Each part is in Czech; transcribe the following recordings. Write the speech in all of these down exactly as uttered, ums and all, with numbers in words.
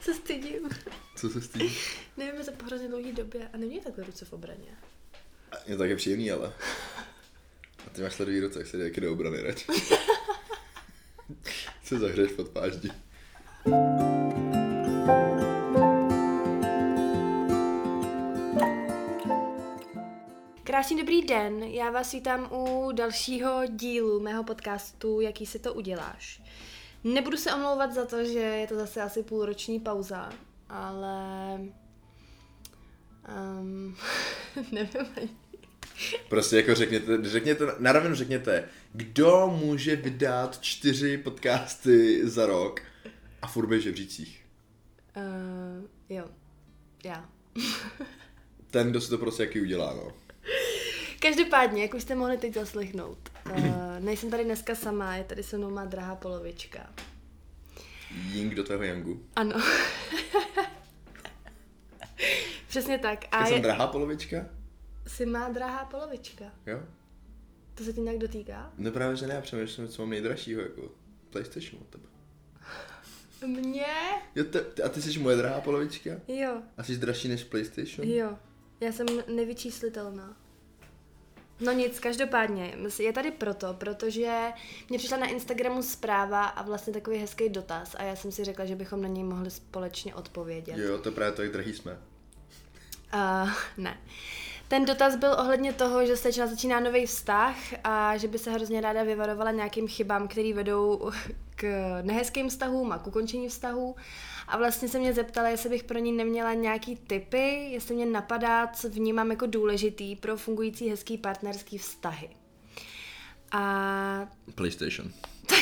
Se stydím. Co se stydíš? Nevím, za hrozně dlouhý době a neměj takhle ruce v obraně. Je to taky příjemný, ale. A ty máš sledový ruce, jak se jde taky do obrany, rač. Co zahřeješ pod páždí? Krásný dobrý den, já vás vítám u dalšího dílu mého podcastu Jaký si to uděláš. Nebudu se omlouvat za to, že je to zase asi půlroční pauza, ale um, nevím ani. Prostě jako řekněte, řekněte, na rovinu řekněte, kdo může vydat čtyři podcasty za rok a furt bude v žebřících? Uh, jo, já. Ten, kdo si to prostě jaký udělá, no. Každopádně, jak už jste mohli teď zaslechnout, uh, nejsem tady dneska sama, je tady se mnou má drahá polovička. Jing do tvého Yangu. Ano. Přesně tak. A Já je... jsem drahá polovička? Jsi má drahá polovička. Jo. To se ti nějak dotýká? No právě, že ne, já přemýšlím, co mám nejdražšího, jako PlayStation od tebe. Mě? Jo, te, a ty jsi moje drahá polovička? Jo. A jsi dražší než PlayStation? Jo. Já jsem nevyčíslitelná. No nic, každopádně, je tady proto, protože mě přišla na Instagramu zpráva a vlastně takový hezký dotaz a já jsem si řekla, že bychom na něj mohli společně odpovědět. Jo, to je právě to, jak drahý jsme. Uh, ne. Ten dotaz byl ohledně toho, že slečna začíná nový vztah a že by se hrozně ráda vyvarovala nějakým chybám, které vedou k nehezkým vztahům a k ukončení vztahů. A vlastně se mě zeptala, jestli bych pro ní neměla nějaký tipy, jestli mě napadá, co vnímám jako důležitý pro fungující hezký partnerský vztahy. A... PlayStation. Tak...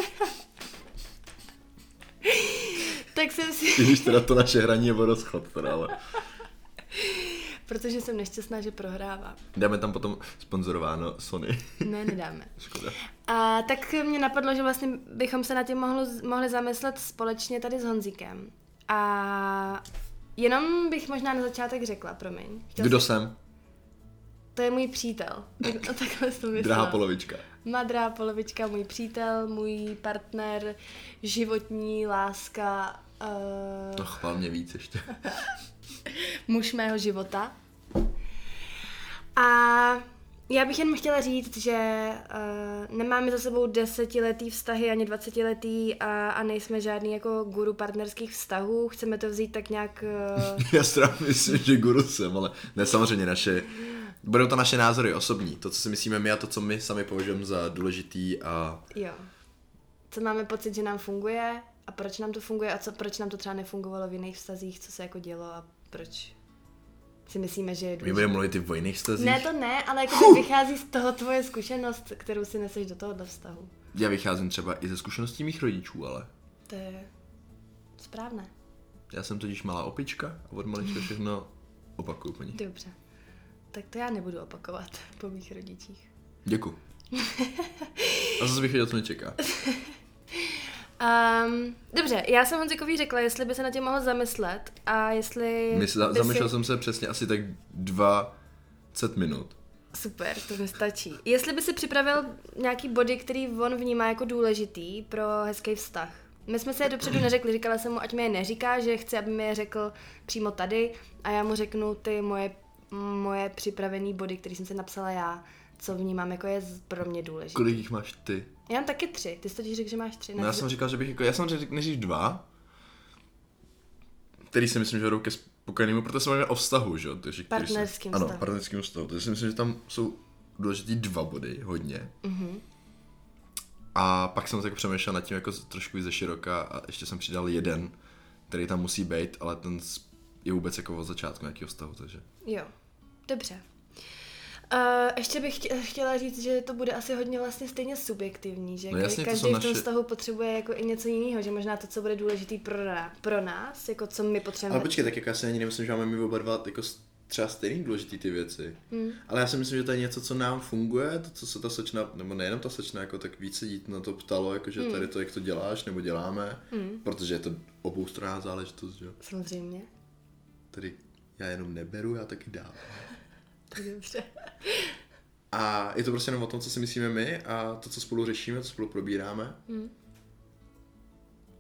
tak jsem si... Když teda to naše hraní je rozchod, teda, ale... Protože jsem nešťastná, že prohrává. Dáme tam potom sponzorováno Sony. Ne, nedáme. Škoda. A tak mě napadlo, že vlastně bychom se na tím mohli, mohli zamyslet společně tady s Honzíkem. A jenom bych možná na začátek řekla, promiň. Chtěl Kdo jsem... jsem? To je můj přítel. Tak, takhle jsem myslela. Drahá polovička. Má drahá polovička, můj přítel, můj partner, životní láska. Uh... No chvál mě víc ještě. Muž mého života. A já bych jen chtěla říct, že uh, nemáme za sebou desetiletý vztahy ani dvacetiletý a, a nejsme žádný jako guru partnerských vztahů. Chceme to vzít tak nějak... Uh... Já strávím myslím, že guru jsem, ale ne samozřejmě naše... Budou to naše názory osobní, to, co si myslíme my a to, co my sami považujeme za důležitý a... Jo. Co máme pocit, že nám funguje a proč nám to funguje a co, proč nám to třeba nefungovalo v jiných vztazích, co se jako dělo a proč si myslíme, že je důležité. My budeme mluvit i o jiných vztazích? Ne, to ne, ale jako vychází z toho tvoje zkušenost, kterou si neseš do tohohle vztahu. Já vycházím třeba i ze zkušeností mých rodičů, ale... To je správné. Já jsem totiž malá opička a od malička všechno opakuju po ní. Dobře. Tak to já nebudu opakovat po mých rodičích. Děkuju. A zase bych věděl, co mě čeká. Um, dobře, já jsem Honzikovi řekla, jestli by se na tím mohl zamyslet a jestli... Mysl, zamýšlel si... jsem se přesně asi tak dvacet minut. Super, to mi stačí. Jestli by si připravil nějaký body, který on vnímá jako důležitý pro hezký vztah. My jsme se je dopředu neřekli, říkala jsem mu, ať mi je neříká, že chci, aby mi je řekl přímo tady a já mu řeknu ty moje, moje připravený body, který jsem si napsala já, co vnímám jako je pro mě důležitý. Kolik jich máš ty? Já mám taky tři, ty jsi totiž řekl, že máš tři. No já jsem říkal, že bych jako, já jsem řekl nejdřív dva, který si myslím, že vedou ke spokojenému, protože se mluvíme o vztahu, že jo? Partnerským vztahu. Ano, partnerským vztahu. Takže si myslím, že tam jsou důležitý dva body, hodně. Mm-hmm. A pak jsem tak přemýšlel nad tím jako trošku víc ze široka a ještě jsem přidal jeden, který tam musí být, ale ten je vůbec jako od začátku nějakého vztahu, takže. Jo, dobře. Uh, ještě bych chtěla říct, že to bude asi hodně vlastně stejně subjektivní, že no jasně, každý v tom naše... vztahu potřebuje jako i něco jiného, že možná to, co bude důležitý pro, pro nás, jako co my potřebujeme. Ale počkej, tak jako já si ani nemyslím, že máme my oba dva jako třeba stejný důležitý ty věci. Hmm. Ale já si myslím, že to je něco, co nám funguje, to, co se ta slečna, nebo nejenom ta slečna, jako tak více jít na to ptalo, jako že hmm. tady to, jak to děláš, nebo děláme, hmm. protože je to oboustranná záležitost, že jo. Samozřejmě. Tady já jenom neberu, já taky dám. Dobře. A je to prostě jenom o tom, co si myslíme my a to, co spolu řešíme, co spolu probíráme. Hmm.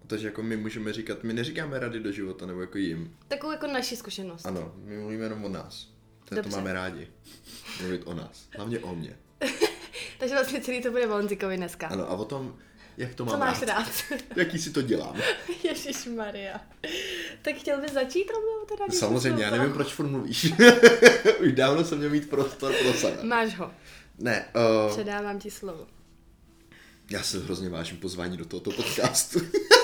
takže jako my můžeme říkat, my neříkáme rady do života, nebo jako jim. Takovou jako naši zkušenost. Ano, my mluvíme jenom o nás. To, to máme rádi. Mluvit o nás. Hlavně o mně. Takže vlastně celý to bude Valentikovi dneska. Ano, a o tom, jak to mám Co máš rád. rád? Jaký si to dělám. Ježišmarja. Tak chtěl bys začít, Romeo? Teda, no, samozřejmě, já nevím, proč furt mluvíš. Už dávno jsem měl mít prostor pro sebe. Máš ho. Ne. Uh... Předávám ti slovo. Já se hrozně vážím pozvání do tohoto podcastu.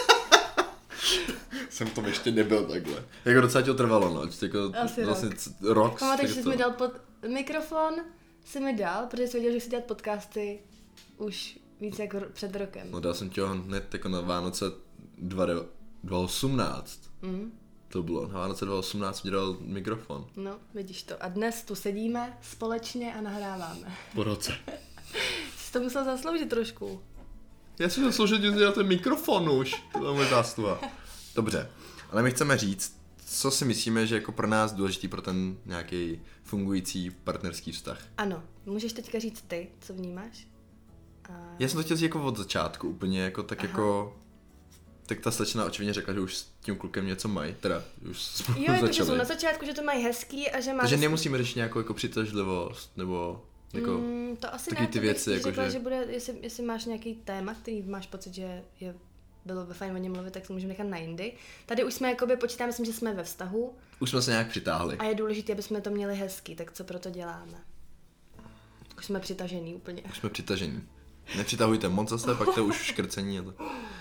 Jsem tom ještě nebyl takhle. Jako docela ti to trvalo, no. Jako Asi vlastně rok. c- rok. Pamatuješ, že jsi to... mi dal pod... mikrofon, jsi mi dal, protože jsi věděl, že chci dělat podcasty už víc jako před rokem. No dal jsem ti ho hned jako na Vánoce dva tisíce osmnáct. Mm. To bylo, na Vánoce dva tisíce osmnáct mi dal mikrofon. No, vidíš to. A dnes tu sedíme společně a nahráváme. Po roce. Jsi to musel zasloužit trošku. Já si zasloužil, že dělat ten mikrofon už. To je moje zástupa. Dobře, ale my chceme říct, co si myslíme, že jako pro nás důležitý pro ten nějaký fungující partnerský vztah. Ano, můžeš teďka říct ty, co vnímáš? A... Já jsem to chtěl říct jako od začátku, úplně jako tak Aha. jako... Tak ta slečna očividně řekla, že už s tím klukem něco mají, teda už spolu Jo, jako, že začali. jsou na začátku, že to mají hezký a že má... Takže nemusíme řešit nějakou jako přitažlivost, nebo jako... Mm, to asi taky ne, ty to věci, bych jako řekla, že... že bude, jestli, jestli máš nějaký téma, který máš pocit, že je bylo by fajn o něm mluvit, tak se můžeme nechat na jindy. Tady už jsme jakoby počítáme, myslím, že jsme ve vztahu. Už jsme se nějak přitáhli. A je důležité, aby jsme to měli hezký, tak co proto děláme? Už jsme přitažený úplně. Už jsme přitažení. Nepřitahujte moc zase, pak to je už škrcení. Uh,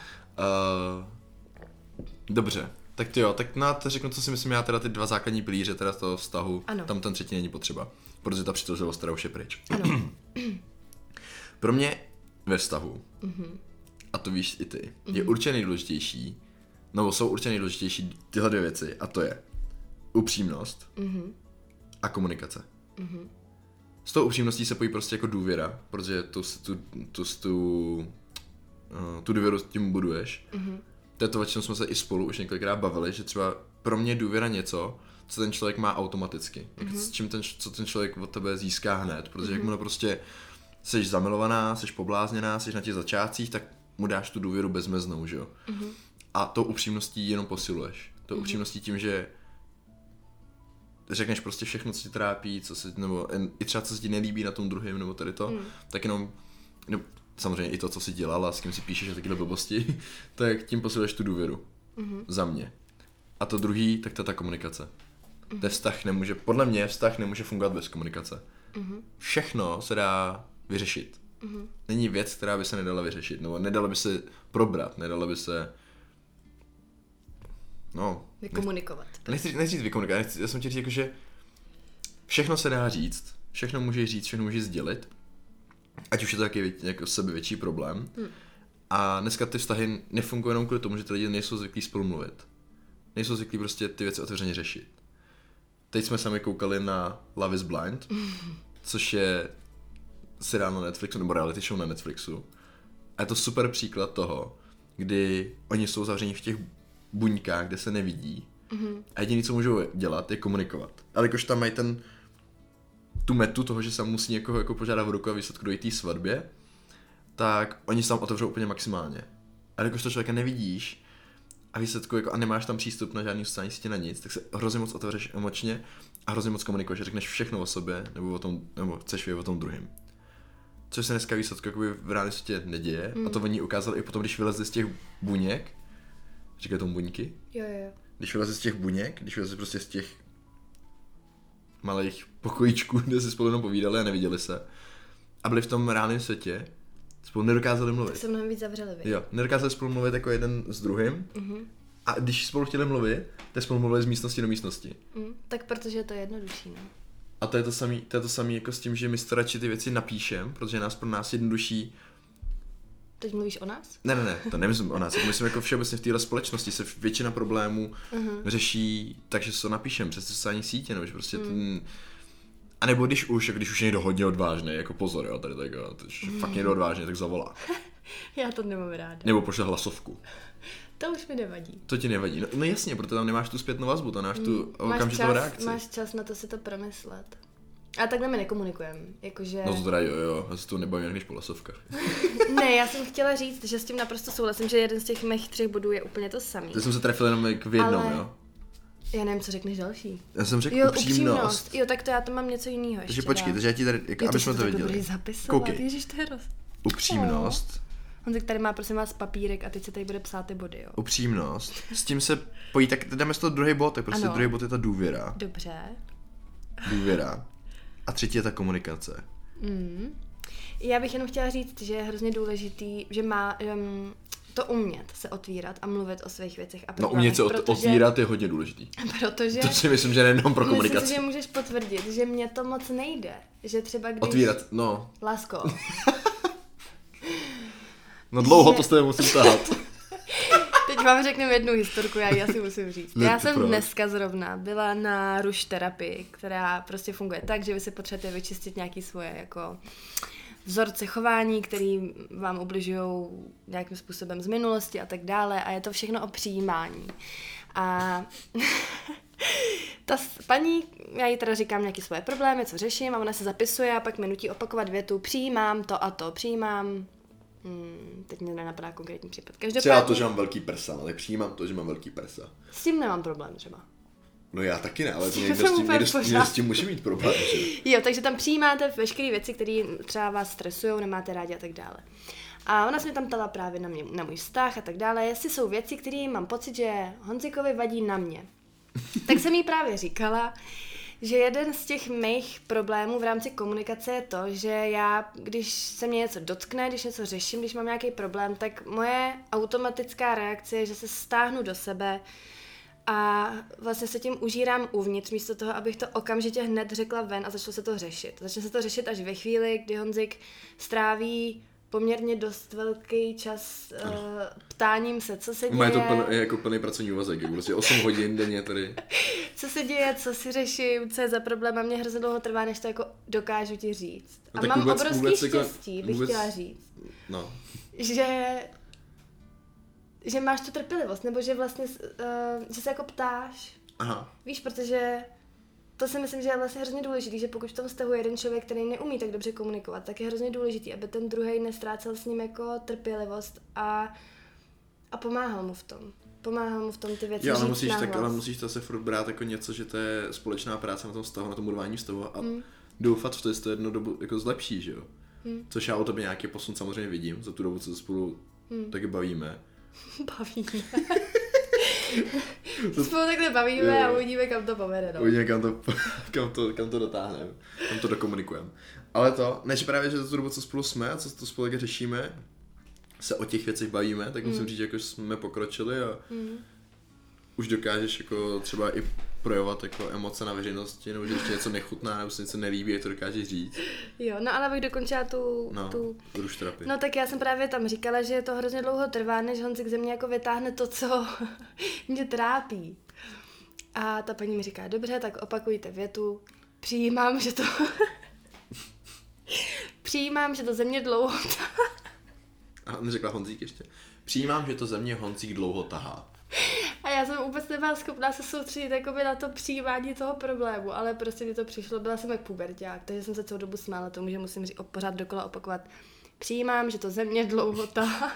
dobře, tak ty jo, tak na to řeknu, co si myslím já, teda ty dva základní pilíře teda z toho vztahu, ano. Tam ten třetí není potřeba, protože ta přitažlivost teda už je pryč. Ano. Pro mě ve vztahu, mm-hmm. a to víš i ty, mm-hmm. je určitě nejdůležitější, nebo jsou určitě nejdůležitější tyhle dvě věci, a to je upřímnost mm-hmm. a komunikace. Mm-hmm. S tou upřímností se pojí prostě jako důvěra, protože tu, tu, tu, tu, uh, tu důvěru tím buduješ. Mm-hmm. To je to, o čem jsme se i spolu už několikrát bavili, že třeba pro mě důvěra něco, co ten člověk má automaticky. Mm-hmm. S čím ten, co ten člověk od tebe získá hned, protože mm-hmm. jak mu prostě seš zamilovaná, seš poblázněná, seš na těch začátcích, tak mu dáš tu důvěru bezmeznou, že jo. Mm-hmm. A tou upřímností jenom posiluješ. Tou mm-hmm. upřímností tím, že řekneš prostě všechno, co ti trápí, co se, nebo i třeba co se ti nelíbí na tom druhém, nebo tady to, mm. tak jenom, no, samozřejmě i to, co jsi dělala, s kým si píšeš a takyhle blbosti, tak tím posiluješ tu důvěru. Mm-hmm. Za mě. A to druhý, tak to je ta komunikace. Mm-hmm. Ten vztah nemůže, podle mě vztah nemůže fungovat bez komunikace. Mm-hmm. Všechno se dá vyřešit. Mm-hmm. Není věc, která by se nedala vyřešit, nebo nedala by se probrat, nedala by se no, vykomunikovat. Nechci, nechci říct vykomunikovat, nechci, já jsem ti říct jako, že všechno se dá říct, všechno můžeš říct, všechno můžeš sdělit, ať už je to taky jako sebevětší problém. Hmm. A dneska ty vztahy nefungují jenom kvůli tomu, že ty lidi nejsou zvyklí spolu mluvit. Nejsou zvyklí prostě ty věci otevřeně řešit. Teď jsme sami koukali na Love is Blind, což je seriál na Netflixu, nebo reality show na Netflixu. A je to super příklad toho, kdy oni jsou zavření v těch buňkách, kde se nevidí. Mm-hmm. A jediné, co můžou dělat, je komunikovat. Ale jakož tam mají ten tu metu toho, že se musí někoho jako požádat v ruku a výsledku dojít té svatbě, tak oni se tam otevřou úplně maximálně. A jakož to člověka nevidíš a výsledku jako a nemáš tam přístup na žádný sociální sítě na nic, tak se hrozně moc otevřeš emočně a hrozně moc komunikuješ, řekneš všechno o sobě nebo o tom, nebo chceš vědět o tom druhém. Což se dneska výsledku jakoby v reálném světě neděje. Mm. A to oni ukázali i potom, když vylezli z těch buněk. Říkají tomu buňky? Jo, jo. Když vylezli z těch buněk, když vylezli prostě z těch malých pokojíčků, kde si spolu jenom povídali a neviděli se. A byli v tom reálném světě, spolu nedokázali mluvit. Tak se mnohem víc zavřeli, vy. Jo, nedokázali spolu mluvit jako jeden s druhým. Mm-hmm. A když spolu chtěli mluvit, tak spolu mluvili z místnosti do místnosti. Mm, tak protože je to jednodušší, no. A to je to samé to je to samý jako s tím, že my si to radši ty věci napíšem, protože nás pro nás jednodušší. Teď mluvíš o nás? Ne, ne, ne, to nemyslím o nás. Myslím jako všeobecně v téhle společnosti se většina problémů uh-huh. řeší tak, že se to napíšem přes sociální sítě, nebo že prostě mm. ten... A nebo když už, když už je někdo hodně odvážný, jako pozor, jo, tady tak, jo, když mm. fakt někdo odvážný, tak zavolá. Já to nemám ráda. Nebo pošle hlasovku. To už mi nevadí. To ti nevadí. No, no jasně, protože tam nemáš tu zpětnou vazbu, tam máš tu mm. okamžitou čas, reakci. Máš čas na to si to promyslet. A takhle my nekomunikujeme, jakože... No to teda jo, jo, já se to nebavím jak než po lasovkách. Ne, já jsem chtěla říct, že s tím naprosto souhlasím, že jeden z těch mých třech bodů je úplně to samý. To jsem se trefil jenom jak v jednom, ale... jo? Já nevím, co řekneš další. Já jsem řekl jo, upřímnost. upřímnost. Jo, tak to já to mám něco jiného ještě. Takže počkej, takže já ti tady, jako, jo, aby jsme to, to viděli. Dobrý zapisovat, Koukej. Ježiš, to je roz... Upřímnost. Oh. On tak tady má prosím vás papírek a teď se tady bude psát ty body, jo. Upřímnost. S tím se pojí, tak dáme z toho druhý bod, tak prostě ano. druhý bod je ta důvěra. Dobře. Důvěra. A třetí je ta komunikace. Mm. Já bych jenom chtěla říct, že je hrozně důležitý, že má um, to umět se otvírat a mluvit o svých věcech. A no umět se protože, otvírat je hodně důležitý. Protože... To si myslím, že nejenom pro komunikaci. Myslím si, že můžeš potvrdit, že mě to moc nejde. Že třeba když... Otvírat, no. Lásko. No dlouho že... to s tebe musím tahat. Teď vám řeknu jednu historku, já ji asi musím říct. Ne, já jsem proč? dneska zrovna byla na ruš terapii, která prostě funguje tak, že vy si potřebujete vyčistit nějaký svoje jako vzorce chování, který vám ubližují nějakým způsobem z minulosti a tak dále a je to všechno o přijímání. A ta paní, já jí teda říkám nějaké svoje problémy, co řeším a ona se zapisuje a pak mi nutí opakovat větu přijímám to a to, přijímám Hmm, teď mě nenapadá konkrétní případ. Každopádně... Třeba to, že mám velký prsa, ale přijímám to, že mám velký prsa. S tím nemám problém třeba. No já taky ne, ale někdo s, tím, někdo, někdo s tím může mít problém, že? Jo, takže tam přijímáte veškeré věci, které třeba vás stresují, nemáte rádi a tak dále. A ona se mě tam ptala právě na, mě, na můj vztah a tak dále, jestli jsou věci, které mám pocit, že Honzikovi vadí na mě. Tak jsem jí právě říkala, že jeden z těch mých problémů v rámci komunikace je to, že já, když se mě něco dotkne, když něco řeším, když mám nějaký problém, tak moje automatická reakce je, že se stáhnu do sebe a vlastně se tím užírám uvnitř, místo toho, abych to okamžitě hned řekla ven a začalo se to řešit. Začne se to řešit až ve chvíli, kdy Honzik stráví poměrně dost velký čas uh, ptáním se, co se děje. Má to pln, je jako plný pracovní úvazek, prostě osm hodin denně tady. Co se děje, co si řeším, co je za problém a mě hrozně dlouho trvá, než to jako dokážu ti říct. A no, mám vůbec, obrovský vůbec štěstí, jako, bych vůbec, chtěla říct, no. že, že máš tu trpělivost, nebo že vlastně, uh, že se jako ptáš. Aha. Víš, protože to si myslím, že je vlastně hrozně důležitý, že pokud v tom vztahu je jeden člověk, který neumí tak dobře komunikovat, tak je hrozně důležitý, aby ten druhej nestrácel s ním jako trpělivost a, a pomáhal mu v tom. Pomáhal mu v tom ty věci. Jo, ale musíš, tak, ale musíš to se furt brát jako něco, že to je společná práce na tom vztahu, na tom budování vztahu a mm. doufat, že to, to jednu dobu jako zlepší, že jo? Mm. Což já o tobě nějaký posun samozřejmě vidím, za tu dobu, co se spolu mm. taky bavíme. Bavíme. Spolu takhle bavíme jo. A uvidíme, kam to povede. No. Uvidíme, kam to, kam to, kam to dotáhneme, kam to dokomunikujeme. Ale to, než právě, že za tu dobu, co spolu jsme a co to spolu taky řešíme, se o těch věcech bavíme, tak musím mm. říct, jako jsme pokročili a mm. už dokážeš jako třeba i projevovat jako emoce na veřejnosti, nebo že ještě něco nechutná, nebo se něco nelíbí, jak to dokážeš říct. Jo, no ale abych dokončila tu... No, tu... ruš terapii. No tak já jsem právě tam říkala, že to hrozně dlouho trvá, než Honzik ze mě jako vytáhne to, co mě trápí. A ta paní mi říká, dobře, tak opakujte větu, přijímám, že to... přijímám, že to ze mě dlouho tahá. A neřekla Honzík ještě. Přijímám, že to ze mě Honzík dlouho tahá. A já jsem vůbec nebyla schopná se soustředit jakoby na to přijímání toho problému, ale prostě mi to přišlo, byla jsem jak puberťák, takže jsem se celou dobu smála tomu, že musím říct, pořád dokola opakovat. Přijímám, že to ze mě dlouho tahá.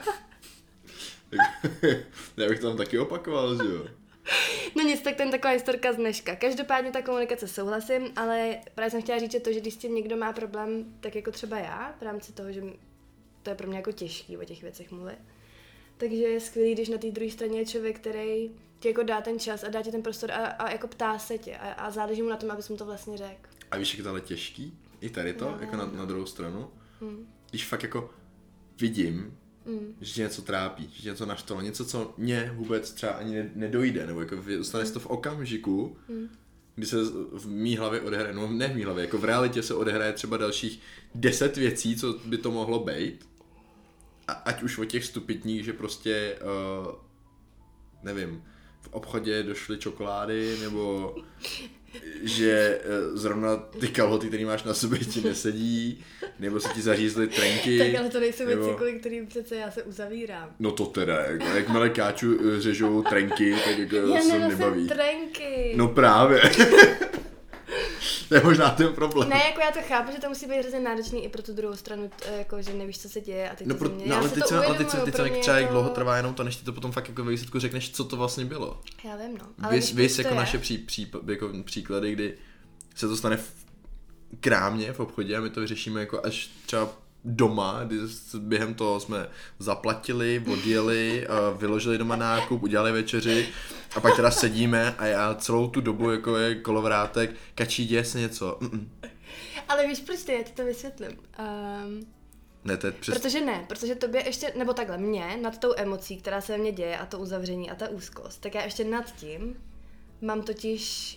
Já bych to tam taky opakoval, že jo? No nic, tak ten taková historka z dneška. Každopádně ta komunikace souhlasím, ale právě jsem chtěla říct, že to, že když s tím někdo má problém, tak jako třeba já, v rámci toho, že to je pro mě jako těžký o těch věcech mluvit. Takže je skvělý, když na té druhé straně je člověk, který ti jako dá ten čas a dá ti ten prostor a, a jako ptá se tě a, a záleží mu na tom, abys mu to vlastně řekl. A víš, jak je to ale těžký? I tady to, no, jako na, na druhou stranu. Hmm. Když fakt jako vidím, mm. že tě něco trápí, že tě něco naštvalo, něco, co mě vůbec třeba ani nedojde, nebo jako dostane se to v okamžiku, mm. kdy se v mý hlavě odehraje, no ne v mý hlavě, jako v realitě se odehraje třeba dalších deset věcí, co by to mohlo být. A ať už o těch stupidních, že prostě, uh, nevím, v obchodě došly čokolády, nebo že uh, zrovna ty kalhoty, které máš na sobě, ti nesedí, nebo se ti zařízly trenky. Tak ale to nejsou nebo... věci, kvůli kterým přece já se uzavírám. No to teda, jak, jakmile káču řežou trenky, tak jako já se nebaví. trenky. No právě. To je možná ten problém. Ne, jako já to chápu, že to musí být hrozně náročný i pro tu druhou stranu, t- jako že nevíš, co se děje a teď No, to pro, země. no Já ale si teď to se, ale teď uvědomuju, se, teď pro se mě třeba jak jako- dlouho trvá jenom to, než ty to potom fakt jako ve výsledku řekneš, co to vlastně bylo. Já vím, no. Ale Víš, víš, víš proč to jako je? naše pří, pří, jako příklady, kdy se to stane v krámě, v obchodě a my to vyřešíme jako až třeba doma, kdy během toho jsme zaplatili, odjeli, vyložili doma nákup, udělali večeři a pak teda sedíme a já celou tu dobu jako je kolovrátek, kačí, děje se něco. Mm-mm. Ale víš, proč to je? Já ti to vysvětlím. Um, Ne, to je přes... Protože ne, protože tobě ještě, nebo takhle, mě, nad tou emocí, která se ve mně děje a to uzavření a ta úzkost, tak já ještě nad tím mám totiž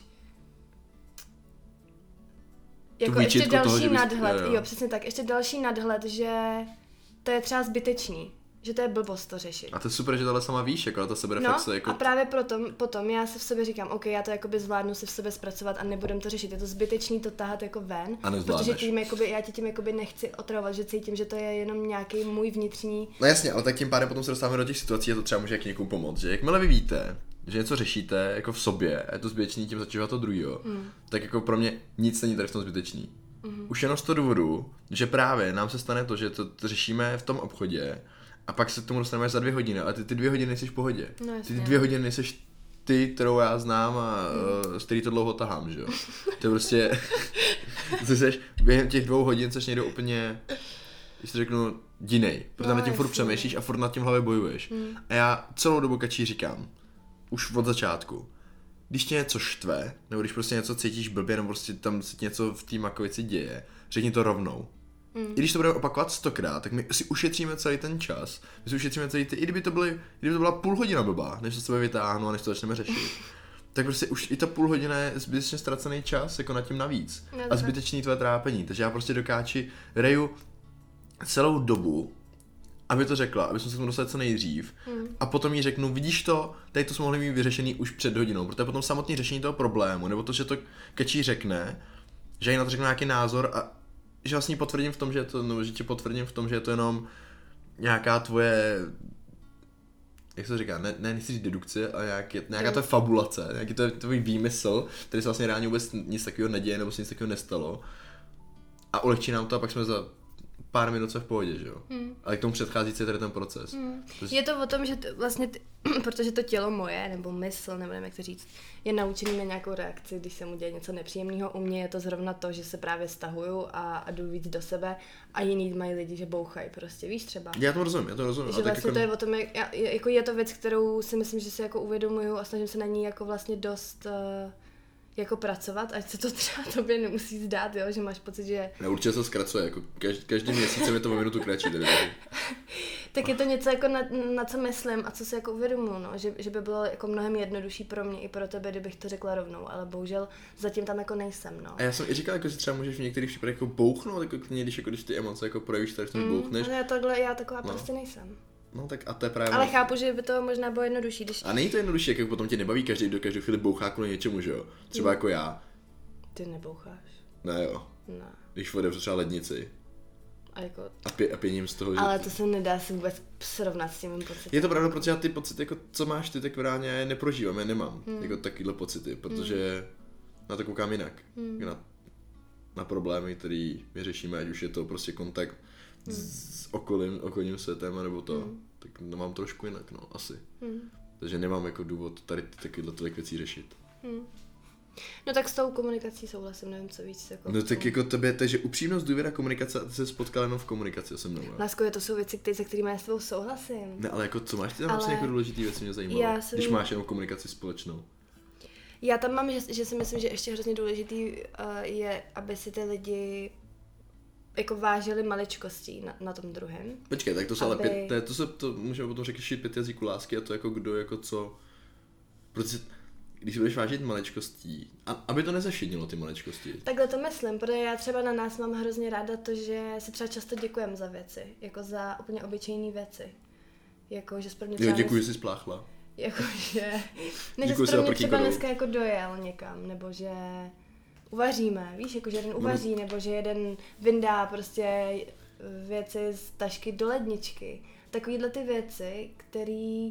jako ještě další toho, že bys... nadhled, jo, jo. jo. jo, přesně tak, ještě další nadhled, že to je třeba zbytečný, že to je blbost to řešit. A to je super, že tohle sama víš, jako ta sebereflexe. No jako... a právě proto, potom já se v sobě říkám, ok, já to jakoby zvládnu si v sobě zpracovat a nebudem to řešit, je to zbytečný to tahat jako ven, A nezvládneš. protože tím, jakoby, já tě tím jakoby nechci otravovat, že cítím, že to je jenom nějaký můj vnitřní. No jasně, ale tak tím pádem potom se dostáváme do těch situací a to třeba může jak někomu pomoct, že jakmile vy víte, že něco řešíte jako v sobě a je to zbytečný, tím začívat to druhýho, mm. tak jako pro mě nic není tady v tom zbytečný. Mm. Už jenom z toho důvodu, že právě nám se stane to, že to, to řešíme v tom obchodě a pak se k tomu dostaneme za dvě hodiny, ale ty, ty dvě hodiny nejseš v pohodě. No, ty, ty dvě hodiny nejseš ty, kterou já znám a mm. z který to dlouho tahám, že jo. To je prostě, ty seš, během těch dvou hodin seš někdo úplně, když si řeknu, jinej, protože no, nad tím furt přemýšlíš a furt nad tím hlavě bojuješ. Mm. A já celou dobu kačí říkám, už od začátku, když tě něco štve, nebo když prostě něco cítíš blbě, nebo prostě tam se ti něco v té makovici děje, řekni to rovnou. Mm. I když to budeme opakovat stokrát, tak my si ušetříme celý ten čas, my si ušetříme celý ty, i kdyby to, byly, kdyby to byla půl hodina blbá, než to sebe vytáhnu a než to začneme řešit. Tak prostě už i ta půl hodina je zbytečně ztracený čas, jako nad tím navíc. No, a zbytečný tvoje trápení. Takže já prostě dokáči Reju celou dobu, aby to řekla, aby jsme se k tomu dostali co nejdřív. Hmm. A potom jí řeknu, vidíš to, tady to jsme mohli mít vyřešený už před hodinou, protože potom samotné řešení toho problému, nebo to, že to kačí řekne, že jí na to řekne nějaký názor a že vlastně potvrdím v tom, že je to, no, že tě potvrdím v tom, že je to jenom nějaká tvoje, jak se říká, ne, ne nechci říct dedukce, ale nějaký, nějaká tvoje fabulace, nějaký to tvůj výmysl, který se vlastně reálně vůbec nic takového neděje, nebo se nic takového nestalo. A ulehčí nám to a pak jsme za pár minut se v pohodě, že jo. Hmm. Ale k tomu předchází celý ten proces. Hmm. Protože... Je to o tom, že t- vlastně, t- protože to tělo moje, nebo mysl, nebo nevím, jak to říct, je naučený na nějakou reakci, když se mu děje něco nepříjemného. U mě je to zrovna to, že se právě stahuju a, a jdu víc do sebe a jiný mají lidi, že bouchají prostě, víš třeba. Já to rozumím, já to rozumím. Že vlastně jako... to je o tom, jak, já, jako je to věc, kterou si myslím, že si jako uvědomuju a snažím se na ní jako vlastně dost... Uh, jako pracovat, ať se to třeba tobě nemusí zdát, jo, že máš pocit, že... Ne, určitě se zkracuje, jako každý, každý měsíc je to o minutu kratší. Tady, tady. Tak je to něco, jako na, na co myslím a co si jako uvědomuji, no, že, že by bylo jako mnohem jednodušší pro mě i pro tebe, kdybych to řekla rovnou, ale bohužel zatím tam jako nejsem, no. A já jsem i říkal, jako, že třeba můžeš v některých případech jako bouchnout, jako když, jako, když ty emoce jako projevíš, tak v tom mm, bouchneš. Ale já takhle, já taková no. prostě nejsem. No tak a to je právě... Ale chápu, že by to možná bylo jednodušší, když... A není to jednodušší, jako potom tě nebaví každý do každou chvíli bouchá kvůli něčemu, že jo? Třeba mm. jako já. Ty neboucháš. Ne jo. Ne. Když otevřu třeba lednici. A jako... A, pě, a pěním z toho, že... Ale to se nedá si vůbec srovnat s tím pocitem. Je to pravda, protože já ty pocity, jako co máš ty, tak reálně já je neprožívám, já nemám. Hmm. Jako takovýhle pocity, protože hmm. na to koukám jinak. Hmm. Na, na problémy, které my řešíme, ať už je to prostě kontakt hmm. s okolím, okolním světem, nebo to, hmm. tak to mám trošku jinak, no, asi. Hmm. Takže nemám jako důvod tady takovýhle tolik věcí řešit. Hmm. No tak s tou komunikací souhlasím, nevím co víc. Jako no tak jako tebe, takže upřímnost, důvěra, komunikace a ty se spotkal jenom v komunikaci se mnou. Lásko, to jsou věci, které, se kterými já s tebou souhlasím. Ne, ale jako co máš ty tam ale... vlastně jako důležitý věci, mě zajímalo, jsem... když máš jenom komunikaci společnou. Já tam mám, že, že si myslím, že ještě hrozně důležitý uh, je, aby si ty lidi jako vážili maličkostí na, na tom druhém. Počkej, tak to se aby... ale pět, to, to se, to můžeme potom řešit pět jazyků lásky a to jako kdo, jako co, protože když budeš vážit maličkostí, a, aby to nezavšednilo ty maličkosti. Takhle to myslím, protože já třeba na nás mám hrozně ráda to, že si třeba často děkujeme za věci, jako za úplně obyčejné věci. Jako, že správně třeba... Jo, děkuji, že jsi spláchla. Jako, že... Ne, že správně třeba dneska jako dojel někam, nebo že uvaříme, víš, jako že jeden uvaří, nebo že jeden vyndá prostě věci z tašky do ledničky. Takovýhle ty věci, které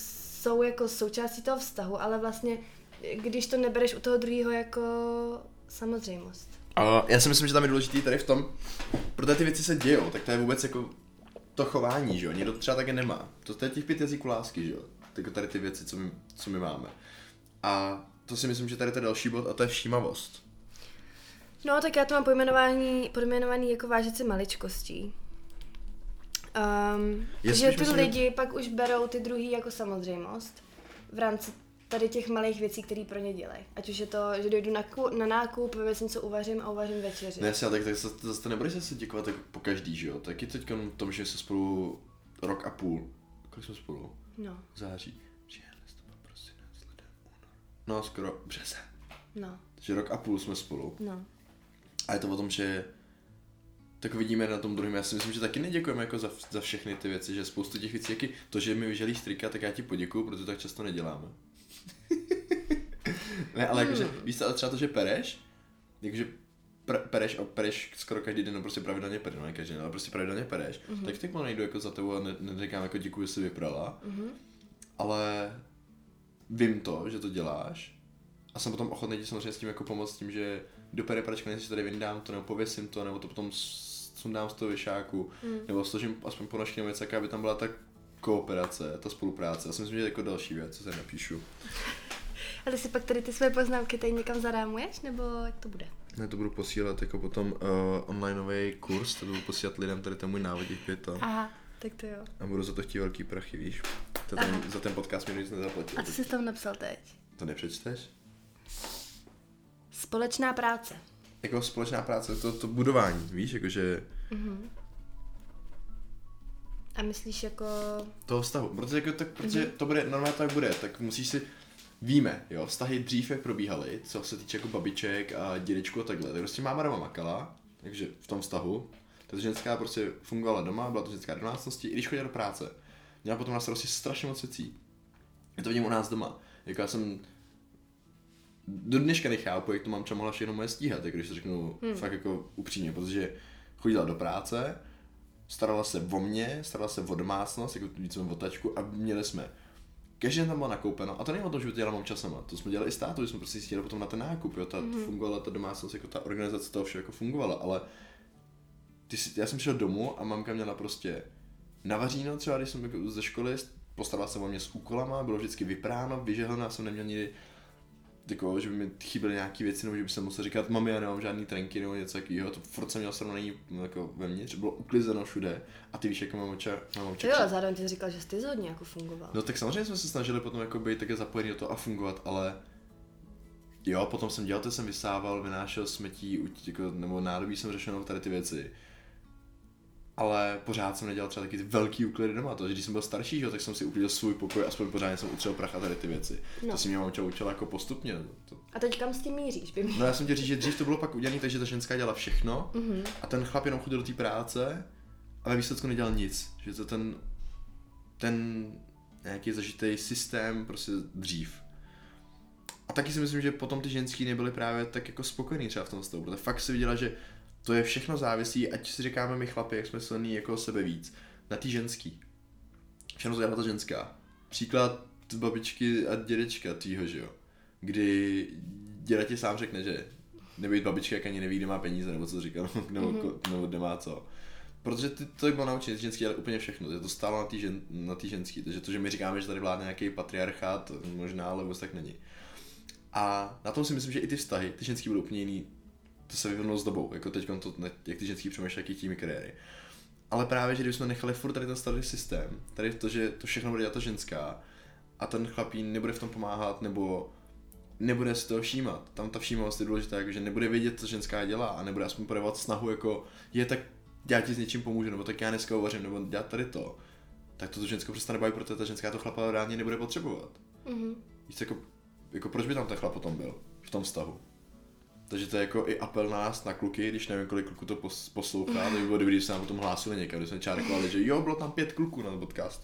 jsou jako součástí toho vztahu, ale vlastně, když to nebereš u toho druhého jako samozřejmost. A já si myslím, že tam je důležitý tady v tom, protože ty věci se dějou, tak to je vůbec jako to chování, že jo, někdo to třeba také nemá. To je těch pět jazyků lásky, že jo, jako tady ty věci, co my, co my máme. A to si myslím, že tady to je další bod a to je všímavost. No, tak já to mám pojmenovaný, pojmenovaný jako vážit si maličkostí. Um, že ty myslím, lidi že... pak už berou ty druhý jako samozřejmost v rámci tady těch malých věcí, které pro ně dělají. Ať už je to, že dojdu na, ku, na nákup, vůbec něco uvařím a uvařím večeři. Ne, jasně, tak, tak zase nebudeš se děkovat tak po každý, že jo? Taky teď v tom, že jsme spolu rok a půl. Kolik jsme spolu? No. Září. Říjen, listopad, prosinec, leden, únor. No, skoro březen. No. Takže rok a půl jsme spolu. No. A je to o tom, že tak vidíme na tom druhém. Já si myslím, že taky neděkujeme jako za, za všechny ty věci, že spoustu těch věcí, jaký to, že mi vyželíš trika, tak já ti poděkuju, protože tak často neděláme. Ne, ale jakože, hmm. víš co, třeba to, že pereš, jakože pr- pereš a pereš skoro každý den, no prostě pravidelně pereš, no ne každý den, ale prostě pravidelně pereš, mm-hmm. tak tak nejdu jako za tebou a ne- neříkám jako děkuji, že jsi vyprala, mm-hmm. ale vím to, že to děláš a jsem potom ochotný ti samozřejmě s tím jako pomoct tím, že do pere pračka nejsi tady vyndám to, nebo pověsím to, nebo to potom sundám z toho věšáku, mm. nebo složím aspoň ponožky nebo něco, aby tam byla ta kooperace, ta spolupráce. Já si myslím, že je jako další věc, co se napíšu. Ale si pak tady ty své poznámky tady někam zarámuješ, nebo jak to bude? Ne, to budu posílat jako potom uh, onlineový kurz, to budu posílat lidem tady ten můj návod těch pět ton. Aha, tak to jo. A budu za to chtít velký prachy, víš? To ten, za ten podcast mi nic nezaplatil. A co jsi tam napsal teď? To nepřečteš? Společná práce. Jako společná práce, to, to budování, víš, jakože... Mm-hmm. A myslíš jako... Toho vztahu, protože, jako, tak, protože mm-hmm. to bude, normálně to jak bude, tak musíš si... Víme, jo, vztahy dřív jak probíhaly, co se týče jako babiček a dědečku a takhle, tak prostě máma doma makala, takže v tom vztahu, takže ženská prostě fungovala doma, byla to ženská domácnosti, i když chodila do práce. Měla potom na starosti strašně moc věcí. Já to vidím u nás doma, jako já jsem do dneška nechápu, jak to mamča mohla všechno moje stíhat, jako když to řeknu hmm. fakt jako upřímně, protože chodila do práce, starala se o mě, starala se o domácnost, jako víc o tačku a měli jsme. Každý den tam bylo nakoupeno, a to není o tom, že by to dělala mamča sama, to jsme dělali i s tátou, že jsme prostě jeli potom na ten nákup, jo, ta mm-hmm. fungovala ta domácnost, jako ta organizace toho všeho jako fungovala, ale ty si, já jsem šel domů a mamka měla prostě navaříno třeba, když jsem jako ze školy, postarala se o mě s úkolama, bylo vždycky vypráno, vyžehleno, já jsem neměl nikdy jako, že by mi chyběly nějaký věci, nebo že by se musel říkat, mami, já nemám žádný trenky nebo něco takového, to furt jsem měl srovnaný jako vevnitř, bylo uklizeno všude a ty víš, jako mamča, mamča. Jo, zároveň ty říkal, že jsi hodně jako fungoval. No tak samozřejmě jsme se snažili potom jako být také zapojený do toho a fungovat, ale jo, potom jsem dělal, to jsem vysával, vynášel smetí, jako, nebo nádobí jsem řešil tady ty věci. Ale pořád jsem nedělal třeba taky ty velký úklidy doma, to, že když jsem byl starší, jo, tak jsem si uklidil svůj pokoj, aspoň pořádně jsem utřel prach a tady ty věci. No. To si mě mamča učila jako postupně. To... A teď kam s tím míříš? By mě... No já jsem tě říct, že dřív to bylo pak udělané, takže ta ženská dělala všechno mm-hmm. a ten chlap jenom chodil do té práce a ve výsledku nedělal nic. Že to ten, ten nějaký zažitý systém prostě dřív. A taky si myslím, že potom ty ženský nebyly právě tak jako spokojení třeba v tom stavu, protože fakt si viděla, že to je všechno závisí, ať si říkáme my chlapi, jak jsme silní jako sebe víc, na tý ženský. Všechno to dělá ta ženská. Příklad babičky a dědečka tvýho, že jo. Kdy děda ti sám řekne, že nebýt babička, jak ani neví, kde má peníze, nebo co to říkal, nebo, mm-hmm. nebo kde má co. Protože ty, to bylo naučené, ty ženský dělali úplně všechno, to stálo na tý, žen, na tý ženský, takže to, že my říkáme, že tady vládne nějaký patriarchát, možná, ale vůbec tak není. A na tom si myslím, že i ty vztahy, ty ženský budou úplně jiný. To se vyvinulo s dobou, jako teď to, jak ty ženský přemýšlejí, jaký tím kariéry. Ale právě, že kdybychom nechali furt tady ten starý systém, tady to, že to všechno bude dělat ta ženská a ten chlapí nebude v tom pomáhat, nebo nebude si toho všímat. Tam ta všímavost je důležitá, jako, že nebude vědět, co ženská dělá a nebude aspoň projevovat snahu, jako je tak já ti s něčím pomůžu, nebo tak já dneska uvařím, nebo dělat tady to. Tak to, to ženskou přestane bavit, protože ta ženská to chlapa reálně nebude potřebovat. Mm-hmm. Víš, jako, jako proč by tam ten chlap potom byl v tom vztahu? Takže to je jako i apel na nás, na kluky, když nevím, kolik kluků to poslouchá, to by bylo dobrý, když se nám potom hlásili někam, když jsme čárkovali, že jo, bylo tam pět kluků na podcastu.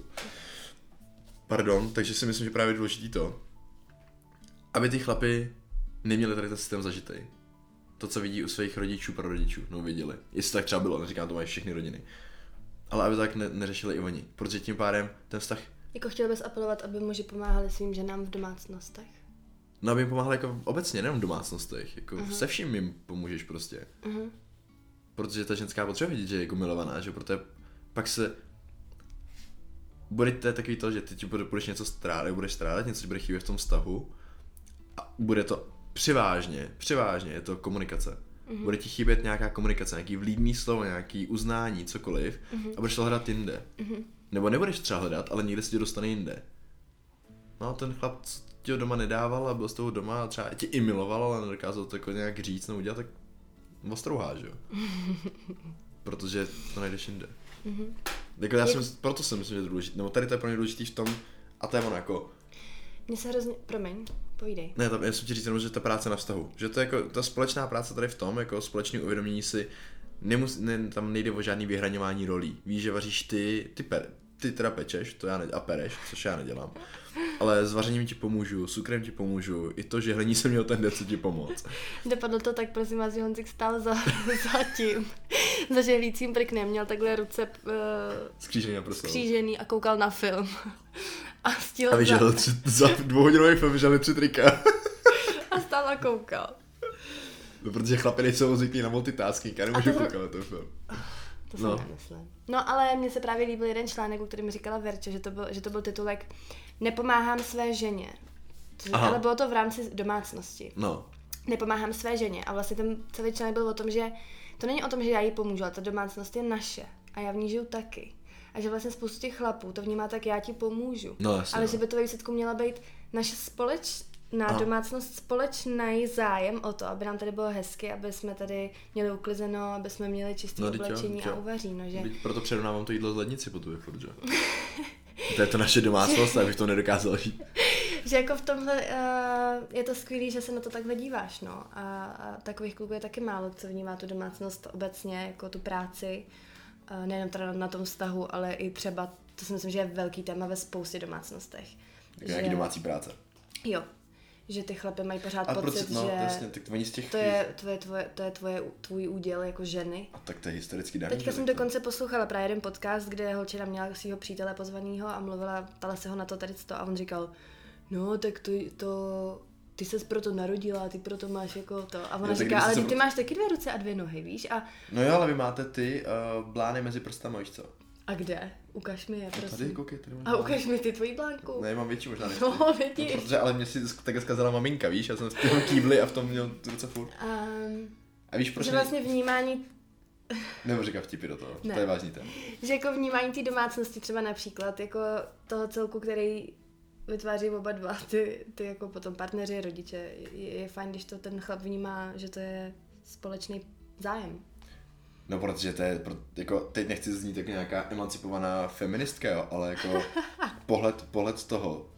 Pardon, takže si myslím, že právě je důležitý to, aby ty chlapy neměli tady ten systém zažitej. To, co vidí u svých rodičů, prarodičů, no viděli. Jestli tak třeba bylo, neříkám, to mají všechny rodiny. Ale aby tak ne- neřešili i oni, protože tím pádem ten vztah... Jako chtěl bys apelovat, aby muži pomáhali svým ženám v domácnostech? No, aby jim pomáhal jako obecně, nejenom v domácnostech, jako uh-huh. se vším jim pomůžeš prostě. Uh-huh. Protože ta ženská potřebuje vidět, že je jako milovaná, že protože pak se bude to takový to, že ty ti budeš něco strádat, budeš strádat, něco ti bude chybět v tom vztahu a bude to převážně, převážně je to komunikace. Mm-hmm. Bude ti chybět nějaká komunikace, nějaký vlídný slovo, nějaký uznání, cokoliv mm-hmm. a budeš to hledat jinde. Mm-hmm. Nebo nebudeš třeba hledat, ale někde se tě dostane jinde. No ten chlap ti ho doma nedával a byl s toho doma a třeba tě i miloval, ale nedokázal to jako nějak říct nebo udělat, tak ostrouhá, že jo? Protože to najdeš jinde. Mm-hmm. Jako já jsem, proto si myslím, že je to důležité, nebo tady to je pro mě důležitý v tom, a to je ono jako... Mně se hrozně, promiň, povídej. Ne, to, já jsem ti říct jenom, že ta práce na vztahu, že to je jako, ta společná práce tady v tom, jako společné uvědomění si, nemus, ne, tam nejde o žádný vyhraňování rolí, víš, že vaříš ty, ty, per, ty teda pečeš, to já ne, a pereš, což já nedělám, ale s vařením ti pomůžu, s cukrem ti pomůžu, i to, že hlení jsem měl tendenci ti pomoct. Dopadlo to tak, prosím vás, že Honzik stál za, za tím, za žehlícím prknem, měl takhle ruce uh, skřížený na prsou. Skřížený a koukal na film. A stíl a vyžel tři, za dvouhodinový film vyželi tři trika. A stál a koukal. No, protože chlapi nejsou zvyklí na multitasking, já nemůžu to... koukat na ten film. To jsem no. nemyslím. No ale mně se právě líbil jeden článek, u kterým mi říkala Verča, že to byl, že to byl titulek Nepomáhám své ženě. Což, ale bylo to v rámci domácnosti. No. Nepomáhám své ženě. A vlastně ten celý článek byl o tom, že to není o tom, že já jí pomůžu, ale ta domácnost je naše. A já v ní žiju taky. A že vlastně spoustu těch chlapů to vnímá tak, já ti pomůžu. No, jasně, ale no. že by to ve výsledku měla být naše společná Aha. domácnost, společný zájem o to, aby nám tady bylo hezky, aby jsme tady měli uklizeno, aby jsme měli čisté no, oblečení a uvaříno, že? Proto předávám to jídlo z lednici po tobě, protože to je to naše domácnost, abych to nedokázal žít. Že jako v tomhle uh, je to skvělý, že se na to takhle díváš, no. A, a takových kluků je taky málo, co vnímá tu domácnost obecně, jako tu práci. Uh, nejenom teda na tom vztahu, ale i třeba, to si myslím, že je velký téma ve spoustě domácnostech. Tak nějaký domácí práce. Jo. Že ty chlapy mají pořád a pocit, proč, no, že jasně, tak to, z těch... to, je, tvoje, tvoje, to je tvoje, tvůj úděl jako ženy. A tak to je historicky daný. Teďka jsem to. dokonce poslouchala právě jeden podcast, kde holčina měla svého přítele pozvanýho a mluvila, ptala se ho na to tady to a on říkal, no tak to, to ty ses proto narodila, ty proto máš jako to. A ona jo, říká, ale ty, ty máš taky dvě ruce a dvě nohy, víš? A... No jo, ale vy máte ty uh, blány mezi prstama, víš co? A kde? Ukaž mi je, prosím. Tady, koukej, tady a ukaž mi ty tvojí blánku. Ne, mám větší možná než no, větší. No, protože ale mě si takhle zkazala maminka, víš? Já jsem v tom kýbli a v tom měl tu ruce furt. Um, a víš, proč že ne... vlastně vnímání... Nebo říká vtipy do toho, ne. To je vážný téma. Že jako vnímání té domácnosti třeba například, jako toho celku, který vytváří oba dva, ty, ty jako potom partneři, rodiče, je, je fajn, když to ten chlap vnímá, že to je společný zájem. No, protože to je, jako, teď nechci znít jako nějaká emancipovaná feministka, jo, ale jako pohled, pohled z toho,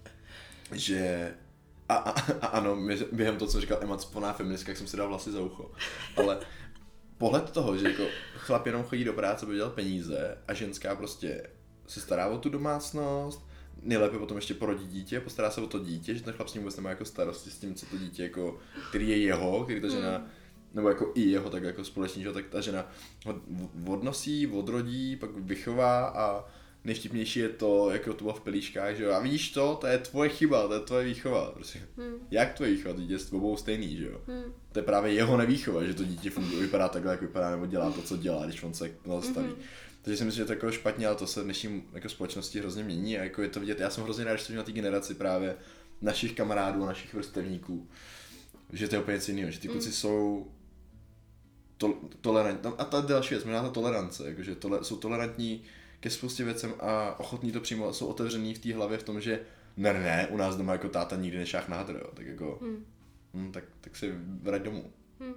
že a, a, a ano, během toho, co jsem říkal emancipovaná feministka, jak jsem si dal vlasy za ucho, ale pohled toho, že jako chlap jenom chodí do práce, aby dělal peníze a ženská prostě se stará o tu domácnost, nejlépe potom ještě porodí dítě, postará se o to dítě, že ten chlap s ním vůbec nemá jako starosti s tím, co to dítě jako, který je jeho, který ta žena hmm. nebo jako i jeho tak jako společný, že tak ta žena ho odnosí, odrodí, pak vychová a nejvtipnější je to, jak to bylo v pelíškách, že jo, a vidíš to, to je tvoje chyba, to je tvoje výchova, prostě. Hmm. Jak tvoje výchova, to dítě je s obou stejný, že jo. Hmm. To je právě jeho nevýchova, že to dítě funguje, vypadá takhle, jak vypadá, nebo dělá to, co dělá, když on se nastaví. Hmm. Takže si myslím, že to je jako špatně, ale to se v dnešní jako společnosti hrozně mění a jako je to vidět, já jsem hrozně rád, že jsem na té generaci právě našich kamarádů a našich vrstevníků, že to je úplně něco jiného, že ty kluci hmm. jsou To, tolerantní. A ta další věc, možná ta tolerance, jakože tole, jsou tolerantní ke spoustě věcem a ochotní to přijmout, jsou otevřený v té hlavě v tom, že ne, ne, u nás doma jako táta nikdy nešáh na hadr, jo, tak jako, hmm. hm, tak, tak si vrať domů. Hmm.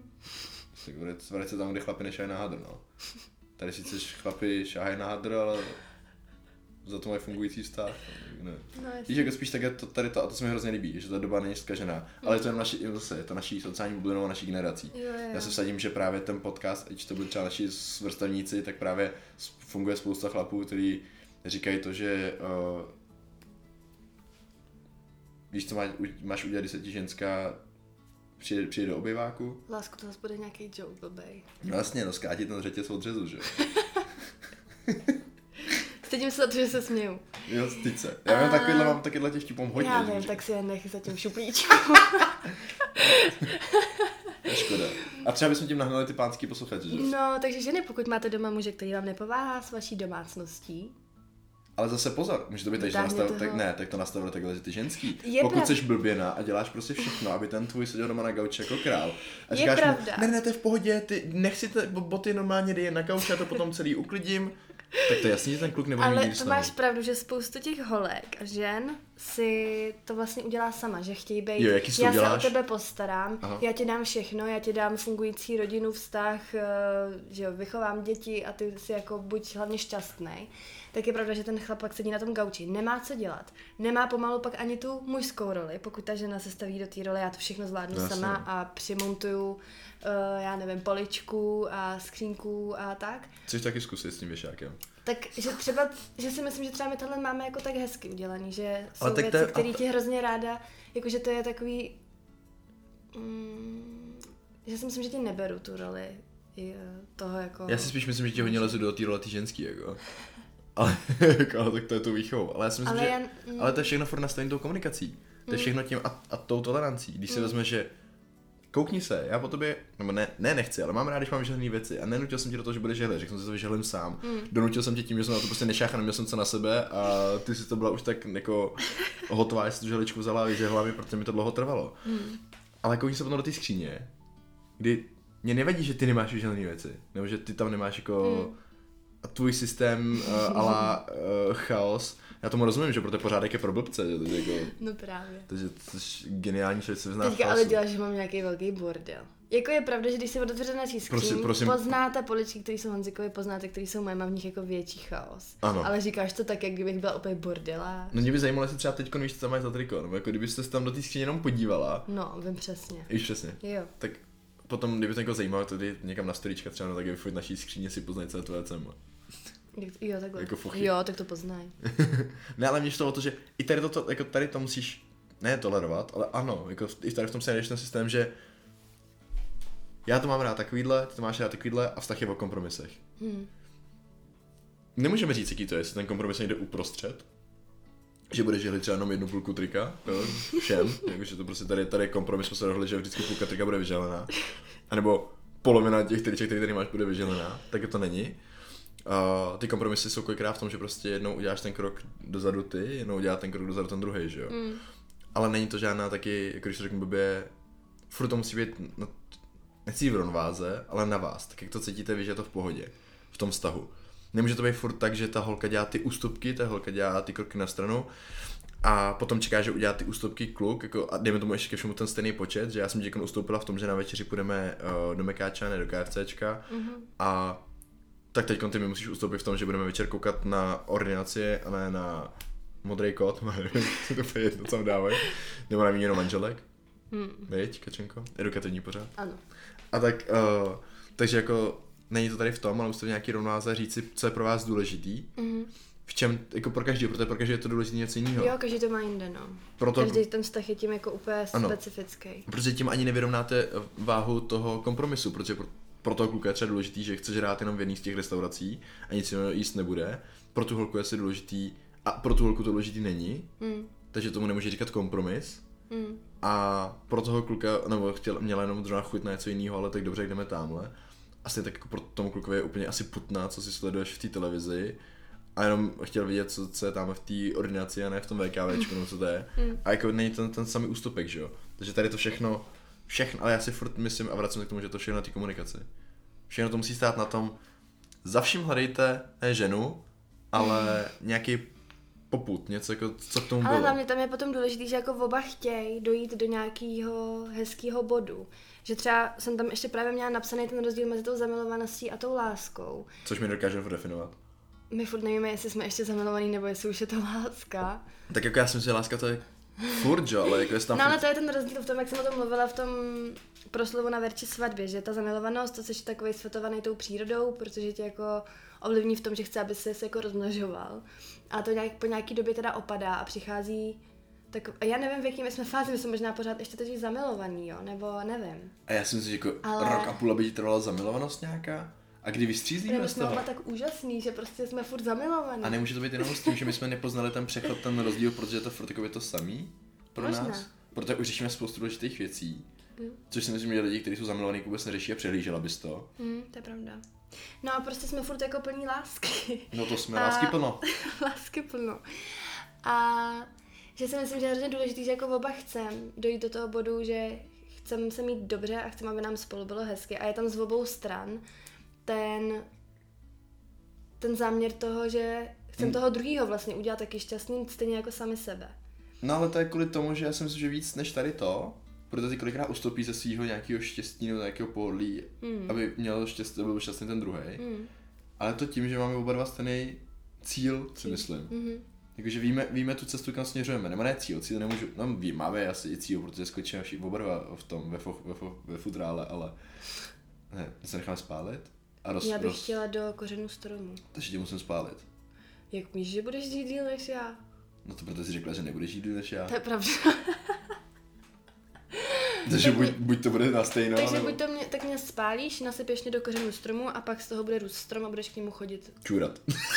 Vrať se tam, kde chlapi nešáhají na hadr, no. Tady sice chlapi šáhají na hadr, ale za to mají fungující vztah. Ne. No, víš, jako spíš tak je to tady to, a to se mi hrozně líbí, že ta doba není zkažená, mm. ale to je naši, zase, je to naší sociální bublinou a naší generací. Jo, jo. Já se vsadím, že právě ten podcast, ať to byli třeba naši vrstevníci, tak právě funguje spousta chlapů, kteří říkají to, že uh, víš, co má, máš udělat, když se ti ženská přijde, přijde do obyváku. Lásku, to zase bude nějaký joke, blbej. No jasně, no zkrátí ten řetěz od řezu, že jo. Stydím se za to, že se směju. Jo, styď se. Já vím, takovýhle mám takyhle tě vtipom hodně. Já vím, tak si je nech za tím šuplíčku. Škoda. A třeba bychom tím nahnali ty pánský posluchače, že? No, takže ženy, pokud máte doma muže, který vám nepováhá s vaší domácností. Ale zase pozor, může to být tak, že nastav, toho... tak ne, tak to nastavili takhle, že ty ženský. Je Pokud pravda. jsi blběna a děláš prostě všechno, aby ten tvůj seděl doma na gauči jako král. A Je říkáš pravda. mu, ne, ne, to je v pohodě, ty nech si ty boty normálně dej na gauč, já to potom celý uklidím. Tak to je jasný, že ten kluk nebude Ale nikdy to máš pravdu, že spoustu těch holek a žen si to vlastně udělá sama, že chtějí být, jo, jaký já děláš? se o tebe postarám, Aha. já ti dám všechno, já ti dám fungující rodinu, vztah, že jo, vychovám děti a ty si jako buď hlavně šťastnej. Tak je pravda, že ten chlap sedí na tom gauči, nemá co dělat, nemá pomalu pak ani tu mužskou roli, pokud ta žena se staví do té role, já to všechno zvládnu Jasně. sama a přimontuju, uh, já nevím, poličku a skřínku a tak. Chceš taky zkusit s tím věšákem? Tak, že třeba, že si myslím, že třeba my tohle máme jako tak hezky udělaný, že jsou Ale tak věci, to je- které a- ti hrozně ráda, jakože to je takový, mm, že si myslím, že ti neberu tu roli i, eh, toho jako... Já si spíš myslím, že ti hodně lezu do té role ty ženský, jako. Ale, jako, ale tak to je tu výchovou. Ale já si myslím, Ale že... já- mm. Ale to je všechno furt nastavení tou komunikací. To je všechno tím a, a tou tolerancí. Když si vezme, že koukni se, já po tobě, nebo ne, ne nechci, ale mám rád, když mám vyžehlený věci a nenutil jsem tě do toho, že budeš žehlit, řekl jsem si to vyžehlím sám. Mm. Donutil jsem tě tím, že jsem na to prostě nešáchal, neměl jsem co na sebe a ty si to byla už tak jako hotová, že jsi tu žehličku vzala a vyžehla mi, protože mi to dlouho trvalo. Mm. Ale koukni se potom do té skříně, kdy mě nevadí, že ty nemáš vyžehlený věci, nebo že ty tam nemáš jako mm. tvůj systém uh, a la uh, chaos. Já tomu rozumím, že pro pořádek je pro blbce, že to je jako... No právě. Takže to je geniální, že se vyzná v Teďka chaosu. ale děláš, že mám nějaký velký bordel. Jako je pravda, že když si otevřete naší skříň, Prosím, prosím. poznáte poličky, které jsou Honzikovi, poznáte, které jsou moje, mám v nich jako větší chaos. Ano. Ale říkáš to tak, jak kdybych byla úplně bordelá. No mě by zajímalo, jestli třeba teď víš, co tam máš za triko, nebo jako kdybyste se tam do té skříně jenom podívala. No, vím přesně. Víš přesně. Jo. Tak potom, kdyby to někoho zajímalo, tady někam na storíčka třeba, no tak je v naší skříně si poznají celé tvoje céma. Jo, takhle. Jako fuchy. Jo, tak to poznají. Ne, ale mě šlo o to, že i tady to, jako tady to musíš ne tolerovat, ale ano, jako i tady v tom se najdeš ten systém, že já to mám rád takovýhle, ty to máš rád takovýhle a vztah je o kompromisech. Hmm. Nemůžeme říct, jaký to je, jestli ten kompromis někde uprostřed, že budeš žehlit třeba jenom jednu půlku trika, jo, všem, jakože to prostě tady, tady je kompromis, jsme se dohodli, že vždycky půlka trika bude vyžehlená, anebo polovina těch triček, který tady máš, bude vyžehlená, tak to není. Uh, ty kompromisy jsou kolikrát v tom, že prostě jednou uděláš ten krok dozadu ty, jednou udělá ten krok dozadu ten druhý, že jo. Mm. Ale není to žádná taky, jako když to řeknu blbě, furt to musí být, no, nechci v rovnováze, ale na vás, tak jak to cítíte vy, že je to v pohodě, v tom vztahu. Nemůže to být furt tak, že ta holka dělá ty ústupky, ta holka dělá ty kroky na stranu a potom čeká, že udělá ty ústupky kluk, jako, a dejme tomu ještě ke všemu ten stejný počet, že já jsem děkon ustoupila v tom, že na večeři půjdeme uh, do Mekáča, ne do KFCčka mm-hmm. a tak teď ty mi musíš ustoupit v tom, že budeme večer koukat na ordinaci a ne na modrý kot, to je jedno, co tam dávají, nebo na výměnu manželek, hmm. Veď, Kačenko, edukativní pořád. Ano. A tak, uh, takže jako není to tady v tom, ale musíte v nějaký rovnováze říci, co je pro vás důležitý, mm-hmm. v čem, jako pro každý, protože pro každý je to důležité něco jiného. Jo, každý to má jinde, no. Proto, každý ten vztah je tím jako úplně ano. specifický. Protože tím ani nevyrovnáte váhu toho kompromisu, protože pro, pro toho kluka je třeba důležitý, že chce žrát jenom v jedné z těch restaurací a nic jiného jíst nebude. Pro tu holku je asi důležitý, a pro tu holku to důležitý není, mm. takže tomu nemůže říkat kompromis. Mm. A pro toho kluka, nebo chtěl, měla jenom druhá chuť na něco jiného, ale tak dobře, jdeme tamhle. Asi tak jako pro tomu klukovi je úplně asi putná, co si sleduješ v té televizi. A jenom chtěl vidět, co, co je tam v té ordinaci a ne v tom VKVčku, no co to je. Mm. A jako není ten, ten samý ústupek, že jo. Takže tady to všechno, všechno, ale já si furt myslím a vracím se k tomu, že to všechno na té komunikaci. Všechno to musí stát na tom, za vším hledejte ne ženu, ale mm. nějaký popud, něco jako, co k tomu bylo. Ale hlavně tam je potom důležité, že jako oba chtějí dojít do nějakého hezkého bodu. Že třeba jsem tam ještě právě měla napsaný ten rozdíl mezi tou zamilovaností a tou láskou. Což mi dokážeme definovat. My furt nevíme, jestli jsme ještě zamilovaní, nebo jestli už je to láska. Tak jako já si myslím, že láska to je furt, jo, ale jako jestli tam... No ale to je ten rozdíl v tom, jak jsem o tom mluvila v tom proslovu na Verči svatbě, že ta zamilovanost, to jsi takovej světovaný tou přírodou, protože tě jako ovlivní v tom, že chce, aby se jako rozmnožoval. A to nějak, po nějaký době teda opadá a přichází tak, a já nevím, v jakým jsme fázi, my jsme možná pořád ještě totiž zamilovaní, jo, nebo nevím. A já si myslím, že jako ale... rok a půl, aby ti trvala zamilovanost nějaká? A kdy vystřízlíme z jsme toho? oba tak úžasný, že prostě jsme furt zamilovaní. A nemůže to být jenom s tím, že my jsme nepoznali ten přechod, ten rozdíl, protože je to furt jako to samý pro Možná. nás. Protože už řešíme spoustu důležitých věcí. Mm. Což si myslím, že lidi, kteří jsou zamilovaní, vůbec neřeší a přehlížela bys to. Mm, to je pravda. No a prostě jsme furt jako plní lásky. No to jsme A... lásky plno. lásky plno. A že si myslím, že je hrozně důležitý, že jako oba chcem dojít do toho bodu, že chcem se mít dobře a chcem, aby nám spolu bylo hezky. A je tam z obou stran ten, ten záměr toho, že chcem Hmm. toho druhýho vlastně udělat taky šťastný, stejně jako sami sebe. No ale to je kvůli tomu, že já si myslím, že víc než tady to, protože ty kolikrát ustoupí ze svého nějakého štěstí nebo nějakého pohodlí, Mm. aby měl štěstí, aby byl šťastný ten druhý. Mm. Ale to tím, že máme oba dva stejný cíl, si myslím. Mm-hmm. Jakože víme, víme tu cestu, kam směřujeme, nebo ne cíl, cíl nemůžu, no ví, máme asi i cíl, protože skočíme všichni oba dva v tom, ve, fo, ve, fo, ve futrále, ale ne, se necháme spálit a roz, Já bych roz, chtěla do kořenů stromu. takže tě musím spálit. Jak víš, že budeš žít díl než já? No to proto jsi řekla, že nebudeš jít než já. To je pravda. Takže buď, buď to bude na stejno, Takže nebo... buď to mě, tak mě spálíš, nasypeš mě do kořenů stromu a pak z toho bude růst strom a budeš k němu chodit. Čůrat.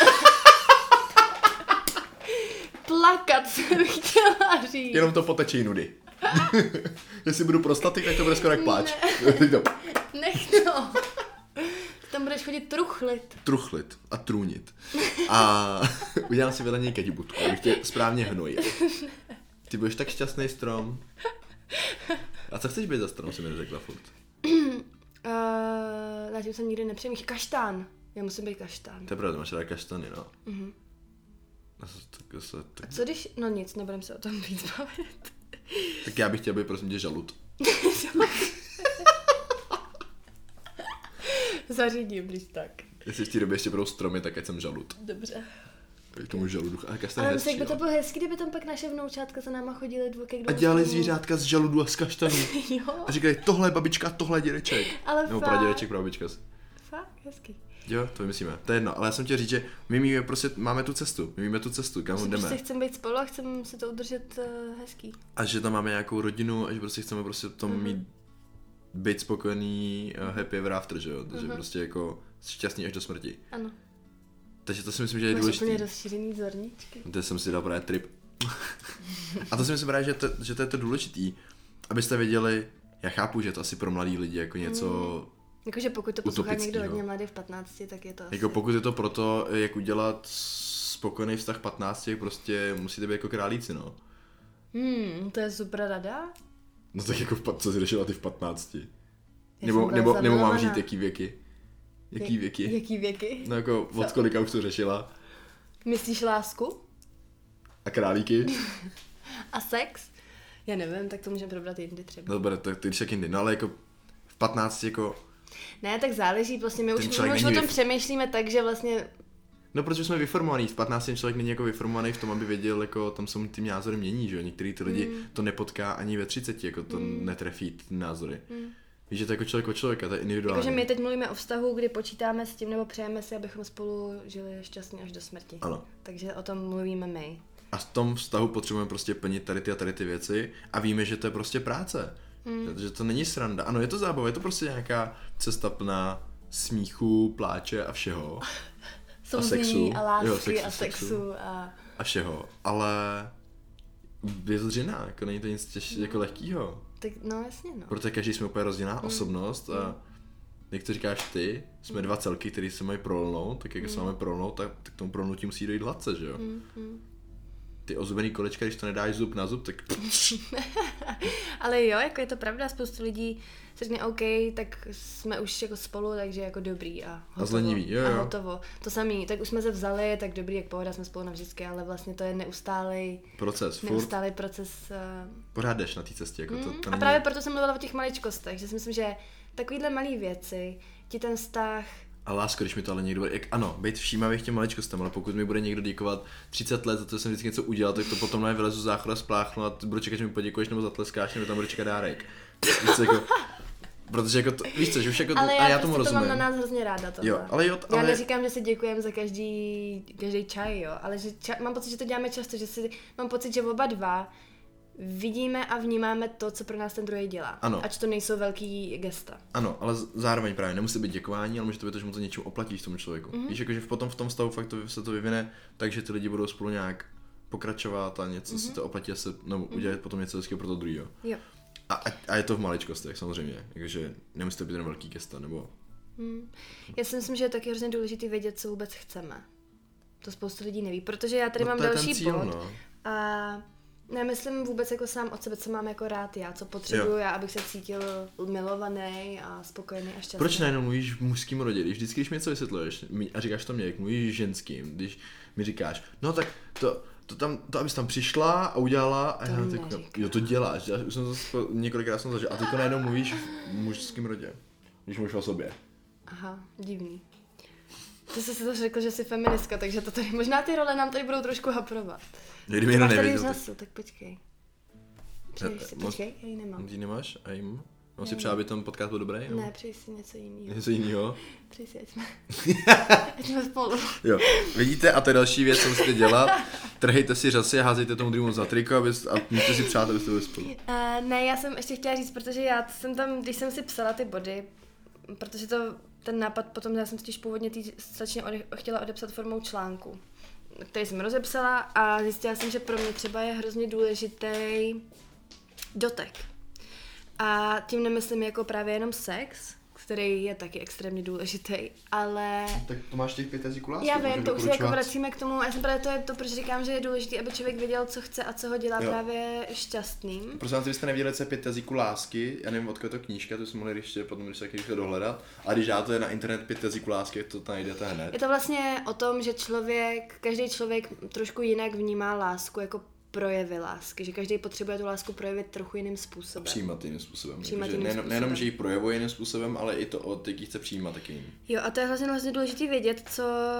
Plakat jsem chtěla říct. Jenom to potečí nudy. Jestli budu prostatik, tak to bude skoro jak pláč. to. Nech to. Tam budeš chodit truchlit. Truchlit a trůnit. A udělám si vedle něj kadibutku, abych tě správně hnojil. Ty budeš tak šťastný strom. A co chceš být za strom, si mi neřekla furt. Uh, na tím jsem nikdy nepřemýšlel. Kaštán. Já musím být kaštán. To je pravda, máš rád kaštany, no. Mhm. A co- tak, se- tak, Co když... No nic, nebudem se o tom víc bavit. tak já bych chtěl být, prosím tě, žalud. Zařídím, když tak. Jestli v té době ještě budou stromy, tak ať jsem žalud. Dobře. K tomu žaludu. A kaštan je Ale hezčí, myslím, jak by to jo. bylo hezky, kdyby tam pak naše vnoučátka za náma chodili dvou ke A dvou dělali stromů. zvířátka z žaludu a z kaštanů. Jo, A říkali, tohle je babička, tohle je dědeček. ale Nebo fakt. pradědeček, prababička. Fakt, hezky. Jo, to vymyslíme. To je jedno, ale já jsem chtěl říct, že my víme prostě, máme tu cestu, my víme tu cestu, kam Prostě jdeme. chcem být spolu a chcem si to udržet uh, hezký. A že tam máme nějakou rodinu a že prostě chceme prostě v tom Mhm. mít být spokojený, uh, happy ever after, že jo? Takže Mhm. prostě jako šťastný až do smrti. Ano. Takže to si myslím, že je Máš důležité. úplně rozšířený zorničky. To jsem si dal právě trip. A to si myslím právě, že to, že to je to důležitý, abyste věděli, já chápu, že to asi pro mladý lidi jako něco, Jakože pokud to poslouchá někdo Utopickýho. hodně mladý v patnácti, tak je to asi... jako pokud je to proto, jak udělat spokojený vztah patnácti, prostě musíte být jako králíci, no. Hmm, to je super rada. No tak jako v, pat- co jsi řešila ty v patnácti? Já Nebo, jsem byla nebo, nebo mám zamilovaná. žít jaký věky? Jaký Jak- věky? Jaký věky? No jako od Co? kolika už to řešila? Myslíš lásku? A králíky? A sex? Já nevím, tak to můžeme probrat jindy třeba. No dobré, tak ty když tak jindy. No ale jako v patnácti jako... Ne, tak záleží, vlastně my Ten už, člověk my už o není tom vyf- přemýšlíme tak, že vlastně... No protože jsme vyformovaný, v patnácti ten člověk není jako vyformovaný v tom, aby věděl, jako tam jsou ty názory mění, že jo, některý ty lidi Mm. to nepotká ani ve třiceti, jako to Mm. netrefí ty názory. Mm. Víš, že to je jako člověk od člověka, to je individuální. Jakože my teď mluvíme o vztahu, kdy počítáme s tím, nebo přejeme si, abychom spolu žili šťastně až do smrti. Ano. Takže o tom mluvíme my. A v tom vztahu potřebujeme prostě plnit tady ty a tady ty věci a víme, že to je prostě práce. Mm. Že to není sranda. Ano, je to zábava, je to prostě nějaká cesta plná smíchu, pláče a všeho. Souznění sexu. a lásky Jo, sexu, a sexu. sexu a... A všeho. Ale je to dřina, jako není to nic těž, jako lehkýho. Tak, no jasně, no. Protože každý jsme úplně rozdílná Mm. osobnost a jak to říkáš ty, jsme dva celky, který se mají prolnout, tak jak se máme prolnout, tak, tak k tomu prolnutí musí dojít hladce, že jo? Mm, mm. Ty ozubený kolečka, když to nedáš zub na zub, tak Ale jo, jako je to pravda, spoustu lidí si řekne OK, tak jsme už jako spolu, takže jako dobrý a hotovo. zlenivý, jo, jo. A hotovo. To samý, tak už jsme se vzali, tak dobrý, jak pohoda, jsme spolu navždycky, ale vlastně to je neustálej, proces, furt neustálej proces. Uh, pořád jdeš na té cestě, jako to, mm, to a není... právě proto jsem mluvila o těch maličkostech, že si myslím, že takovýhle malý věci ti ten vztah... A lásko, když mi to ale někdo bude, jak ano, být všímavý k těm maličkostem, ale pokud mi bude někdo děkovat třicet let za to, že jsem vždycky něco udělal, tak to potom na mě vylezu z záchoda, spláchnu a ty budu čekat, že mi poděkuješ nebo zatleskáš, nebo tam budu čekat dárek. Víš co, jako, protože jako to, víš co, že už jako, Ale a já, já tomu prostě to rozumím. mám na nás hrozně ráda tohle. Jo, ale jo, Já ale... neříkám, že si děkujeme za každý, každý čaj, jo, ale že ča, mám pocit, že to děláme často, že si, mám pocit, že oba dva vidíme a vnímáme to, co pro nás ten druhý dělá. Ano. Ač to nejsou velký gesta. Ano, ale zároveň právě nemusí být děkování, ale může to být to, že mu to něčím oplatíš tomu člověku. Mm-hmm. Víš, jakože potom v tom stavu fakt to, se to vyvine, takže ty lidi budou spolu nějak pokračovat a něco mm-hmm. si to oplatí a se, no, mm-hmm. udělat potom něco hezkého pro to druhého. Jo. A, a, a je to v maličkostech samozřejmě, jakože nemusí to být jen velký gesta, nebo... Hmm. Já si myslím, že je taky hrozně důležité vědět, co vůbec chceme. To spoustu lidí neví, protože já tady no, mám další cíl, bod no. a nemyslím vůbec jako sám od sebe, co mám jako rád já, co potřebuju jo. já, abych se cítil milovaný a spokojený a šťastný. Proč najednou mluvíš v mužským rodě? Když vždycky, když mi něco vysvětluješ a říkáš to mě, jak mluvíš ženským, když mi říkáš, no tak to... To, tam, to abys tam přišla a udělala a to já tak, jo, to děláš, já už jsem to několikrát jsem zažil a teďko najednou mluvíš v mužském rodě, když mluvíš o sobě. Aha, divný. Ty jsi si to řekl, že jsi feministka, takže to tady, možná ty role nám tady budou trošku haprovat. Kdyby jenom nevěděl. Máš tady tak... tak počkej. Přeješ si, počkej, já ji nemám. Ty ji nemáš? A jim? Mám si přát, aby ten podcast byl dobrý? Ne, přeji si něco jiného. Něco jiného? Přeji si, ať jsme, ať jsme spolu. Jo, vidíte, a to je další věc, co musíte dělat. Trhejte si řasy a házejte tomu druhému za triko aby, a můžete si přát, abyste byli spolu. Uh, ne, já jsem ještě chtěla říct, protože já jsem tam, když jsem si psala ty body, protože to, ten nápad potom, já jsem totiž původně tý stačně ode, chtěla odepsat formou článku, který jsem rozepsala a zjistila jsem, že pro mě třeba je hrozně důležitý dotek. A tím nemyslím jako právě jenom sex, který je taky extrémně důležitý, ale... Tak to máš těch pět jazyků lásky. Já vím, to už se jako vracíme k tomu, já jsem právě to je to, proč říkám, že je důležité, aby člověk věděl, co chce a co ho dělá jo. právě šťastným. Prosím vás, kdybyste nevěděli, co je pět jazyků lásky, já nevím, odkud je to knížka, to jsme mohli ještě potom, když se taky rychle dohledat, a když dáte na internet pět jazyků lásky, to tam najdete hned. Je to vlastně o tom, že člověk, každý člověk trošku jinak vnímá lásku jako projevy lásky, že každý potřebuje tu lásku projevit trochu jiným způsobem. Přijímat jiným způsobem. Přijímat jiným nejenom, způsobem. Nejenom, že ji projevuje jiným způsobem, ale i to, od jaký chce přijímat taky jiným. Jo, a to je vlastně vlastně důležité vědět, co,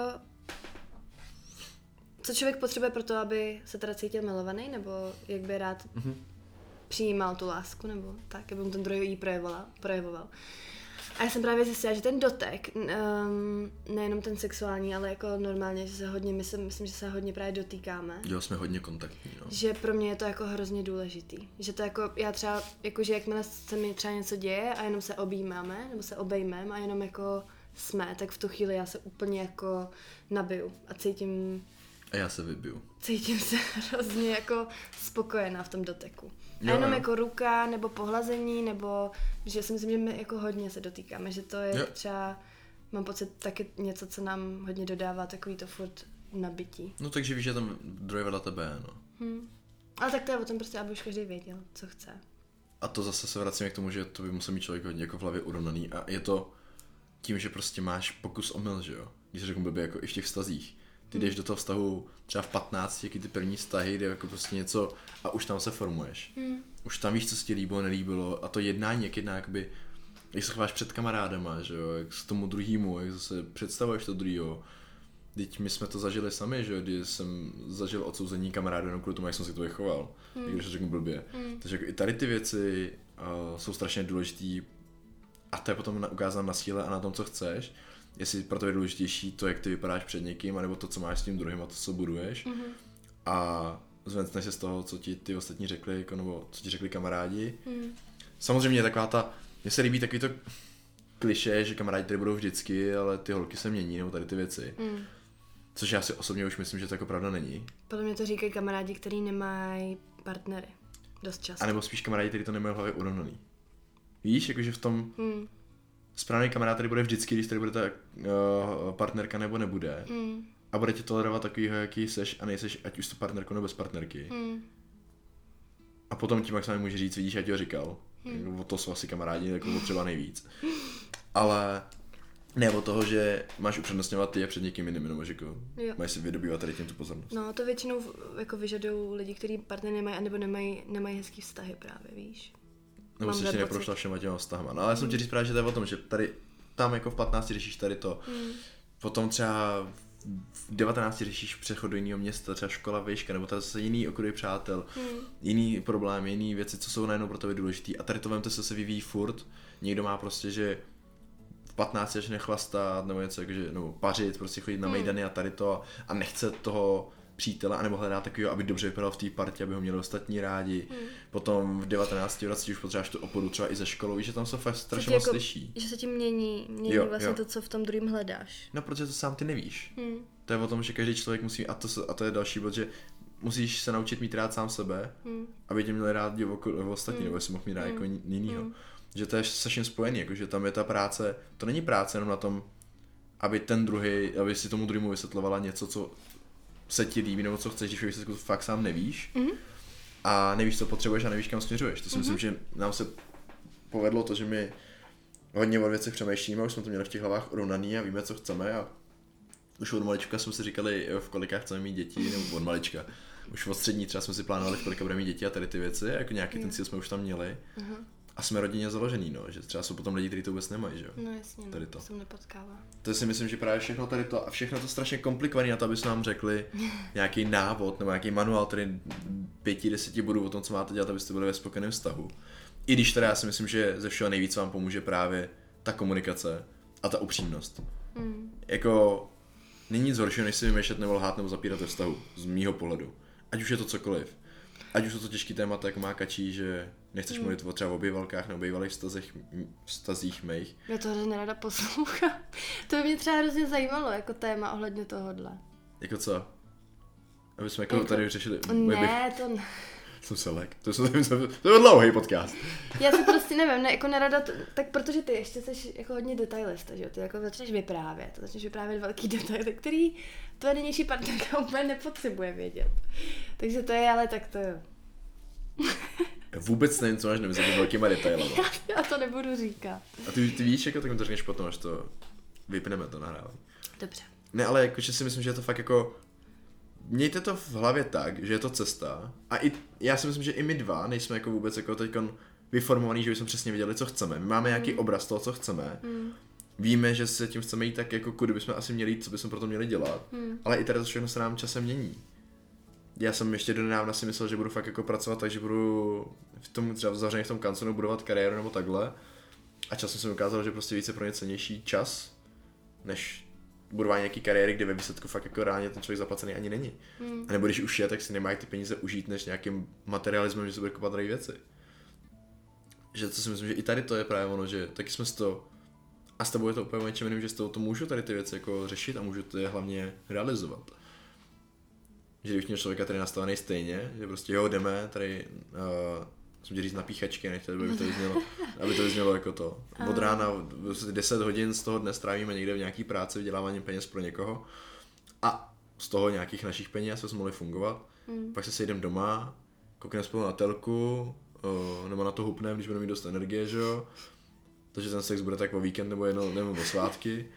co člověk potřebuje pro to, aby se teda cítil milovaný, nebo jak by rád mm-hmm. přijímal tu lásku, nebo tak, aby mu ten druhý ji projevoval. projevoval. A já jsem právě zjistila, že ten dotek, um, nejenom ten sexuální, ale jako normálně, že se hodně, myslím, myslím, že se hodně právě dotýkáme. Jo, jsme hodně kontaktní, no. Že pro mě je to jako hrozně důležitý. Že to jako, já třeba, jakože jakmile se mi třeba něco děje a jenom se objímáme, nebo se obejmeme a jenom jako jsme, tak v tu chvíli já se úplně jako nabiju a cítím... A já se vybiju. Cítím se hrozně jako spokojená v tom doteku. A jo, jenom jo. jako ruka, nebo pohlazení, nebo že si myslím, že my jako hodně se dotýkáme, že to je jo. třeba, mám pocit, taky něco, co nám hodně dodává takový to furt nabití. No takže víš, že tam druhý vedle tebe, no. Hmm. Ale tak to je o tom prostě, aby už každý věděl, co chce. A to zase se vracíme k tomu, že to by musel mít člověk hodně jako v hlavě urovnaný a je to tím, že prostě máš pokus omyl, že jo. Když se řeknu blbě, jako i v těch vztazích. Ty jdeš do toho vztahu třeba v patnácti, jaký ty první vztahy, kde jako prostě něco a už tam se formuješ. Hmm. Už tam víš, co se ti líbilo, nelíbilo a to jednání, jak jedná, jakoby, jak se chováš před kamarádama, že jo, jak s tomu druhýmu, jak zase představuješ to druhýho. Teď my jsme to zažili sami, že jo, kdy jsem zažil odsouzení kamarádu jenom kvůli tomu, jak jsem se k tobě choval, hmm. když to řeknu blbě. Hmm. Takže jako i tady ty věci uh, jsou strašně důležitý a to je potom ukázáno na síle a na tom, co chceš. Jestli pro to je důležitější to, jak ty vypadáš před někým, anebo to, co máš s tím druhým a to, co buduješ. Mm-hmm. A zvencneš se z toho, co ti ty ostatní řekli, jako, nebo co ti řekli kamarádi. Mm. Samozřejmě taková ta, mně se líbí takový to klišé, že kamarádi tady budou vždycky, ale ty holky se mění, nebo tady ty věci. Mm. Což já si osobně už myslím, že to jako pravda není. Podle mě to říkají kamarádi, kteří nemají partnery. Dost často. A nebo spíš kamarádi, kteří to nemají v hlavě urovnaný. Víš, jakože v tom... Mm. Správný kamarád tady bude vždycky, když tady bude ta uh, partnerka nebo nebude. Mm. A bude tě tolerovat takovýho, jaký seš a nejseš, ať už to partnerko nebo bez partnerky. Mm. A potom tím, jak se mi může říct, vidíš, já ti ho říkal. Mm. O to jsou asi kamarádi, jako třeba nejvíc. Ale ne o toho, že máš upřednostňovat ty a před někým jiným, nebo že jako máš si vydobývat tady tím tu pozornost. No to většinou jako vyžadují lidi, kteří partnery nemají, anebo nemají, nemají hezký vztahy právě, víš. Nebo jsi ještě neprošla všema těma vztahama. No ale já jsem mm. ti říct právě, že to je o tom, že tady, tam jako v patnácti řešíš tady to. Mm. Potom třeba v devatenácti řešíš přechod do jiného města, třeba škola, výška, nebo tady zase jiný okruh přátel, mm. jiný problém, jiný věci, co jsou najednou pro tebe důležitý. A tady to vemte se se vyvíjí furt. Někdo má prostě, že v patnácti začne chlastat, nebo něco, jakože, nebo pařit, prostě chodit na mejdany a tady to a nechce toho přítele, anebo hledá takového, aby dobře vypadal v té partě, aby ho měli ostatní rádi. Hmm. Potom v devatenácti vraceti už potřebuješ tu oporu třeba i za školou, víš, že tam se fakt strašně moc jako, liší. Že se tím mění, mění jo, vlastně jo. to, co v tom druhém hledáš. No, protože to sám ty nevíš. Hmm. To je o tom, že každý člověk musí, a to, a to je další bod, že musíš se naučit mít rád sám sebe, hmm. aby tě měli rád v ostatní, hmm. nebo jestli mohl mít rád hmm. jako jinýho. Hmm. Že to je se vším spojený, jakože tam je ta práce, to není práce jenom na tom, aby ten druhý, aby si tomu druhému vysvětlovala něco, co se ti líbí, nebo co chceš, když výsledku fakt sám nevíš mm-hmm. a nevíš, co potřebuješ a nevíš, kam směřuješ. To si mm-hmm. myslím, že nám se povedlo to, že my hodně o věcech přemýšlíme, už jsme to měli v těch hlavách urovnaný a víme, co chceme a už od malička jsme si říkali, v kolika chceme mít děti, nebo od malička. Už od střední třeba jsme si plánovali, v kolika budeme mít děti a tady ty věci, jako nějaký mm. ten cíl jsme už tam měli. Mm-hmm. A jsme rodině založený, no, že třeba jsou potom lidi, kteří to vůbec nemají, že jo? No jasně, tady to. to se nepotkává. To si myslím, že právě všechno tady to a všechno to strašně komplikovaný na to, aby jsme nám řekli nějaký návod nebo nějaký manuál, který pěti, deseti bodů o tom, co máte dělat, abyste byli ve spokojeném vztahu. I když teda já si myslím, že ze všeho nejvíc vám pomůže právě ta komunikace a ta upřímnost. Mm. Jako není nic horšího, než si vymýšlet nebo lhát nebo zapírat ve vztahu, z mýho pohledu. Ať už je to cokoliv. Ať už jsou to těžký témata, jako má Kačí, že nechceš mluvit mm. o třeba o bývalkách nebo bývalých vztazích, vztazích mých. Já to hrozně nerada poslouchám. To by mě třeba hrozně zajímalo, jako téma ohledně tohohle. Jako co? Aby jsme jako, jako... tady řešili... Ne, to ne. Jsem se lek. To, to, to, to je dlouhý podcast. Já si prostě nevím, ne, jako nerada, to, tak protože ty ještě jsi jako hodně detailista, že jo? Ty jako začneš vyprávět, začneš vyprávět velký detaily, který tvoje nynější partnerka úplně nepotřebuje vědět. Takže to je, ale tak to jo. Vůbec nevím, co máš na mysli velkýma detailama. Já to nebudu říkat. A ty, ty víš, jako tak mi to řekneš potom, až to vypneme to nahrávání. Dobře. Ne, ale jakože si myslím, že je to fakt jako... Mějte to v hlavě tak, že je to cesta. A i, já si myslím, že i my dva nejsme jako vůbec jako teďkon vyformovaný, že bychom přesně věděli, co chceme. My máme nějaký mm. obraz toho, co chceme. Mm. Víme, že se tím chceme jít tak, jako kudy bychom asi měli jít, co bychom pro to měli dělat. Mm. Ale i tady to všechno se nám časem mění. Já jsem ještě donedávna si myslel, že budu fakt jako pracovat tak, že budu v tom třeba zavřený v tom kanconu budovat kariéru nebo takhle. A časem jsem ukázal, že prostě více pro ně cennější čas, než budování nějaký kariéry, kde ve výsledku fakt jako reálně ten člověk zaplacený ani není. Hmm. A nebo když už je, tak si nemají ty peníze užít než nějakým materialismem, že se bude kupovat drahé věci. Že to si myslím, že i tady to je právě ono, že taky jsme z to a s tebou je to úplně něčem jiným, že z toho to můžu tady ty věci jako řešit a můžu to je hlavně realizovat. Že když měl člověka tady nastavený stejně, že prostě jo, jdeme, tady uh, jsem říct napíchačky, nech tady, aby to vyznělo, aby to vyznělo jako to. Od rána deset hodin z toho dne strávíme někde v nějaký práci, vyděláváním peněz pro někoho a z toho nějakých našich peněz jsme mohli fungovat. Mm. Pak se sejdeme doma, koukneme spolu na telku, uh, nebo na to hupneme, když budeme mít dost energie, že jo. Takže ten sex bude tak o víkend nebo jedno, nebo o svátky.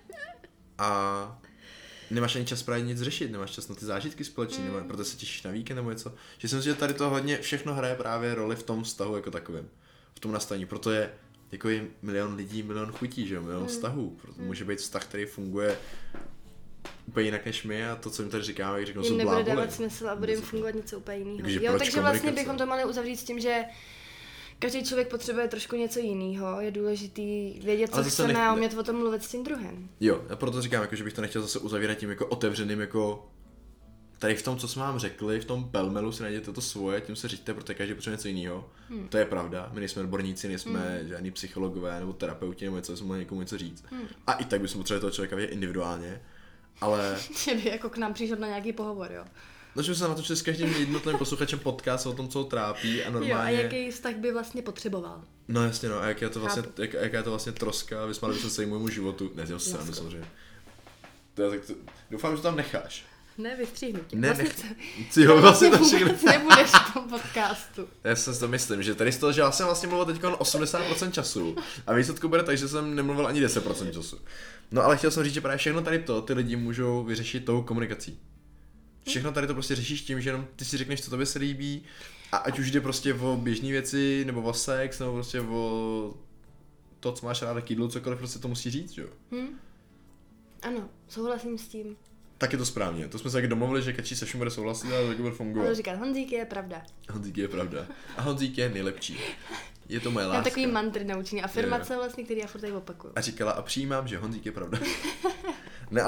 A nemáš ani čas právě nic řešit, nemáš čas na ty zážitky společně, mm. proto se těšíš na víkend nebo něco. Že si myslím, že tady to hodně všechno hraje právě roli v tom vztahu jako takovém, v tom nastavení. Proto je jako je milion lidí, milion chutí, že jo, milion mm. vztahů. Proto může být vztah, který funguje úplně jinak než my a to, co jim tady říkáme, jak řeknou, jsou bláboli. Nebude dávat smysl a bude jim fungovat něco úplně jiného. Takže jo, takže vlastně bychom to mohli uzavřít s tím, že každý člověk potřebuje trošku něco jiného, je důležitý vědět, co chceme nech... a umět o tom mluvit s tím druhým. Jo, já proto říkám, jako, že bych to nechtěl zase uzavírat tím jako otevřeným, jako tady v tom, co jsme vám řekli, v tom pelmelu si najděte to svoje, tím se říďte, protože každý potřebuje něco jiného. Hmm. To je pravda, my nejsme odborníci, nejsme hmm. žádní psychologové nebo terapeuti nebo něco, jsme mohli někomu něco říct. Hmm. A i tak bychom potřebovali toho člověka vidět individuálně, ale... Že by jako k nám přišel na nějaký pohovor, jo. No, že jsme se natočili s každým jednotlivým posluchačem podcast o tom, co ho trápí a normálně... Jo, a jaký vztah by vlastně potřeboval. No jasně, no, a jak je to vlastně, jak, jaká je to vlastně troska, vysmáli bychom se mému životu, ne, dělal se samozřejmě. To je, tak to, doufám, že to tam necháš. Ne, vystříhnu tě. Ne, vlastně nech... Ty jo, vlastně to všechno... nebudeš v tom podcastu. Já si to myslím, že tady z toho, že já jsem vlastně mluvil teď osmdesát procent času a výsledku bude tak, že jsem nemluvil ani deset procent času. No ale chtěl jsem říct, že právě všechno tady to, ty lidi můžou vyřešit tou komunikací. Všechno tady to prostě řešíš tím, že jenom ty si řekneš, co tobě se líbí a ať už jde prostě o běžné věci, nebo o sex, nebo prostě o to, co máš ráda k jídlu, cokoliv prostě to musí říct, jo? Hmm. Ano, souhlasím s tím. Tak je to správně, to jsme se taky domluvili, že Kačí se vším bude souhlasit a taky bude fungovat. Ale říkat, Honzík je pravda. Honzík je pravda. A Honzík je nejlepší. Je to moje láska. Mám takový mantry naučený, afirmace vlastně, který já furt tady opakuju. A říkala a přijímám, že Honzík je pravda. Ne, ale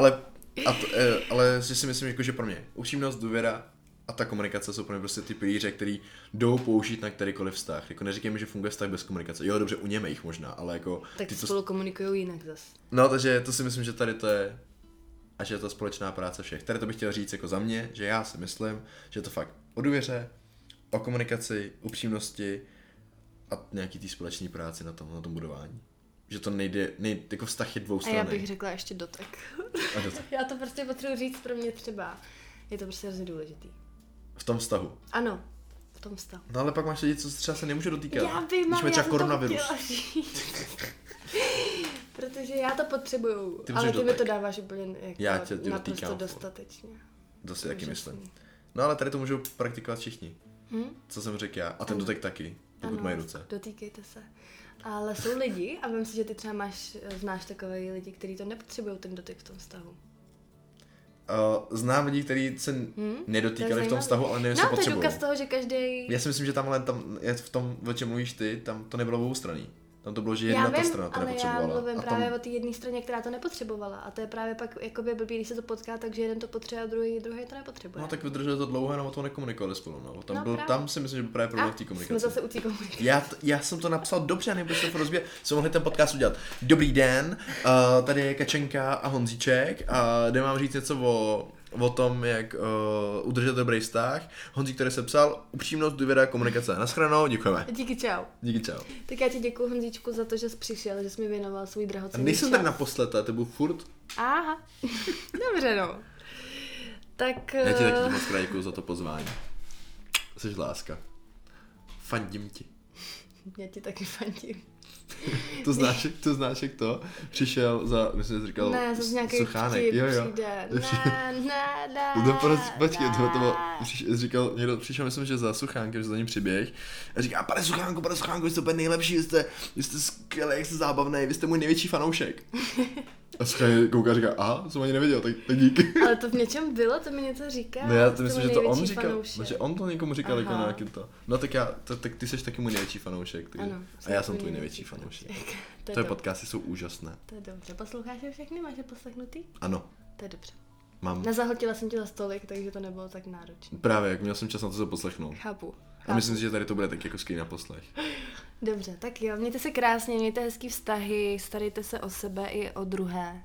A to, eh, ale si myslím, jako, že pro mě upřímnost, důvěra a ta komunikace jsou pro mě prostě ty pilíře, který jdou použít na kterýkoliv vztah. Jako neříkej mi, že funguje vztah bez komunikace. Jo, dobře, u němejch možná, ale jako... Tak ty to... spolu komunikujou jinak zas. No, takže to si myslím, že tady to je... A že je to společná práce všech. Tady to bych chtěl říct jako za mě, že já si myslím, že je to fakt o důvěře, o komunikaci, upřímnosti a nějaký tý společný práci na tom, na tom budování. Že to nejde, nejde jako vztah je dvoustranný. A já bych řekla ještě dotek. A dotek. Já to prostě potřebuji říct, pro mě třeba. Je to prostě hrozně důležitý. V tom vztahu. Ano, v tom vztahu. No ale pak máš lidi, co se třeba se nemůže dotýkat. Já vím, ale já koronavirus. Protože já to potřebuju, ty ale ty dotek. mi to dáváš úplně jako já tě, tě naprosto dotýkám, dostatečně. To si taky myslím. No ale tady to můžou praktikovat všichni. Hm? Co jsem řekl já. A ten ano. dotek taky, pokud ano, mají ruce. Dotýkejte se. Ale jsou lidi, a vím si, že ty třeba máš, znáš takové lidi, kteří to nepotřebují, ten dotyk v tom vztahu. Uh, znám lidi, kteří se hmm? nedotýkali v tom vztahu, ale nevím, no, co potřebují. No, to je důkaz toho, že každý. Já si myslím, že tamhle tam, v tom, o čem mluvíš ty, tam to nebylo oboustranný. Tam to bylo, že jedna já ta vím, strana to ale nepotřebovala. já mluvím a právě tam... o té jedné straně, která to nepotřebovala. A to je právě pak jakoby blbý, když se to potká, takže jeden to potřebuje a druhý, druhý to nepotřebuje. No tak vydrželi to dlouho, jenom o tom nekomunikovali spolu. No. Tam, no, byl, tam si myslím, že byl právě problém v té komunikaci. Jsme zase u té komunikace. Já, t- já jsem to napsal dobře, nebo se to rozběh, jsme mohli ten podcast udělat. Dobrý den, uh, tady je Kačenka a Honzíček a jdeme vám říct něco o, o tom, jak uh, udržet dobrý vztah. Honzík, který se psal, upřímnost, důvěra, komunikace. Naschledanou, děkujeme. Díky, čau. Díky, čau. Tak já ti děkuji, Honzíčku, za to, že jsi přišel, že jsi mi věnoval svůj A drahocenný nejsem čas. tady naposled, to byl furt. Aha, dobře no. Tak... Já ti taky uh, moc krát děkuju za to pozvání. Jsi láska. Fandím ti. Já ti taky fandím. To znáš, to znáš, jak to přišel za, myslím, že jsi říkal, Ne, zase nějaký Suchánek. vtip Jo, jo. přijde. To přijde. Ne, ne, ne, No prostě, počkej, ne. to, to bylo, přišel, říkal, někdo přišel, myslím, že za Suchánkem, že za ním přiběh a říká, pane Suchánku, pane Suchánku, vy jste úplně nejlepší, vy jste, vy jste skvělý, jak jste zábavný, vy jste můj největší fanoušek. A Suchánek kouká a říká, aha, jsem ani nevěděl, tak, tak díky. Ale to v něčem bylo, to mi něco říká. No já to Jste myslím, můj že to on největší říkal, fanoušek. že on to někomu říkal Aha. jako nějaký to. No tak já, to, tak ty jsi taky můj největší fanoušek. Ty. Ano, a já jsem tvůj tvůj největší fanoušek. To je, Tvoje dobře. podcasty jsou úžasné. To je dobře. Posloucháš je všechny? Máš je poslechnutý? Ano, To je dobře. mám. Nezahltila jsem tě za stolik, takže to nebylo tak náročné. Právě, jak měl jsem čas na to se poslechnout. Chápu. A myslím si, že tady to bude tak jako skvělý na poslech. Dobře, tak jo, mějte se krásně, mějte hezký vztahy, starejte se o sebe i o druhé.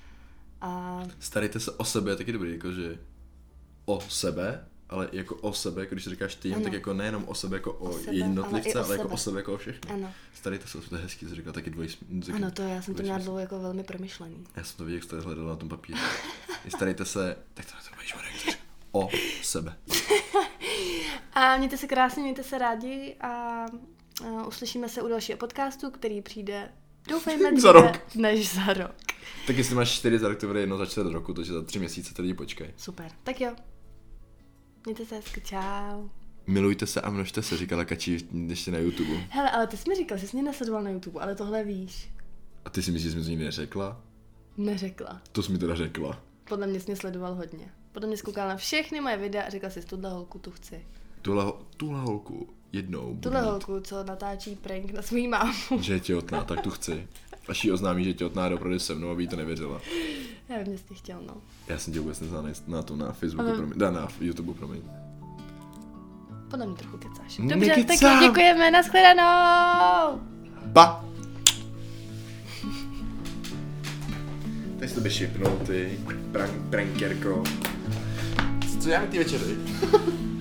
A Starejte se o sebe, je taky dobrý, jakože o sebe, ale jako o sebe, jako když si říkáš ty, Ano. tak jako nejenom o sebe jako o, O sebe, jednotlivce, ale i o ale jako sebe. o sebe jako o všechny. ano, Starejte se, to je hezký, jsi říkal taky dvoj. Taky ano, to já jsem to měla dvojsmysl. dlouho jako velmi promyšlený. Já jsem to viděl, jak jste hledal na tom papíře. Starejte se, tak to to o sebe. A mějte se krásně, mějte se rádi a, a uslyšíme se u dalšího podcastu, který přijde, doufejme, Za dříve rok. než za rok. Tak jestli máš čtyři za rok, to bude jedno za čtvrt roku, takže za tři měsíce to lidi počkej. Super, tak jo. Mějte se hezky, čau. Milujte se a množte se, říkala Kačí ještě na YouTube. Hele, ale ty jsi mi říkal, že jsi mě nesledoval na YouTube, ale tohle víš. A ty si myslíš, že jsi mi to nikdy neřekla? Neřekla. To jsi mi teda řekla. Podle mě jsi mě sledoval hodně. Podle mě jsi koukal na všechny moje videa a řekla jsi, tuhle holku tu chci. Tuhle, ho- tuhle holku jednou budu Tuhle mít. holku, co natáčí prank na svůj mámu. Že je těhotná, tak tu chci. Až jí oznámí, že je těhotná, dopravdy se mnou, aby jí to nevěřila. Já vím, že jsi chtěl, no. Já jsem tě vůbec neznal na, na to na Facebooku, Aha. promiň, da, na YouTube, promiň. Podle mě trochu kecáš. Nekecám. Dobře, tak jo, děkujeme, nashledanou! Pa! Teď jsi to šipnul, ty, prank, prankerko. Co já mi ty večery?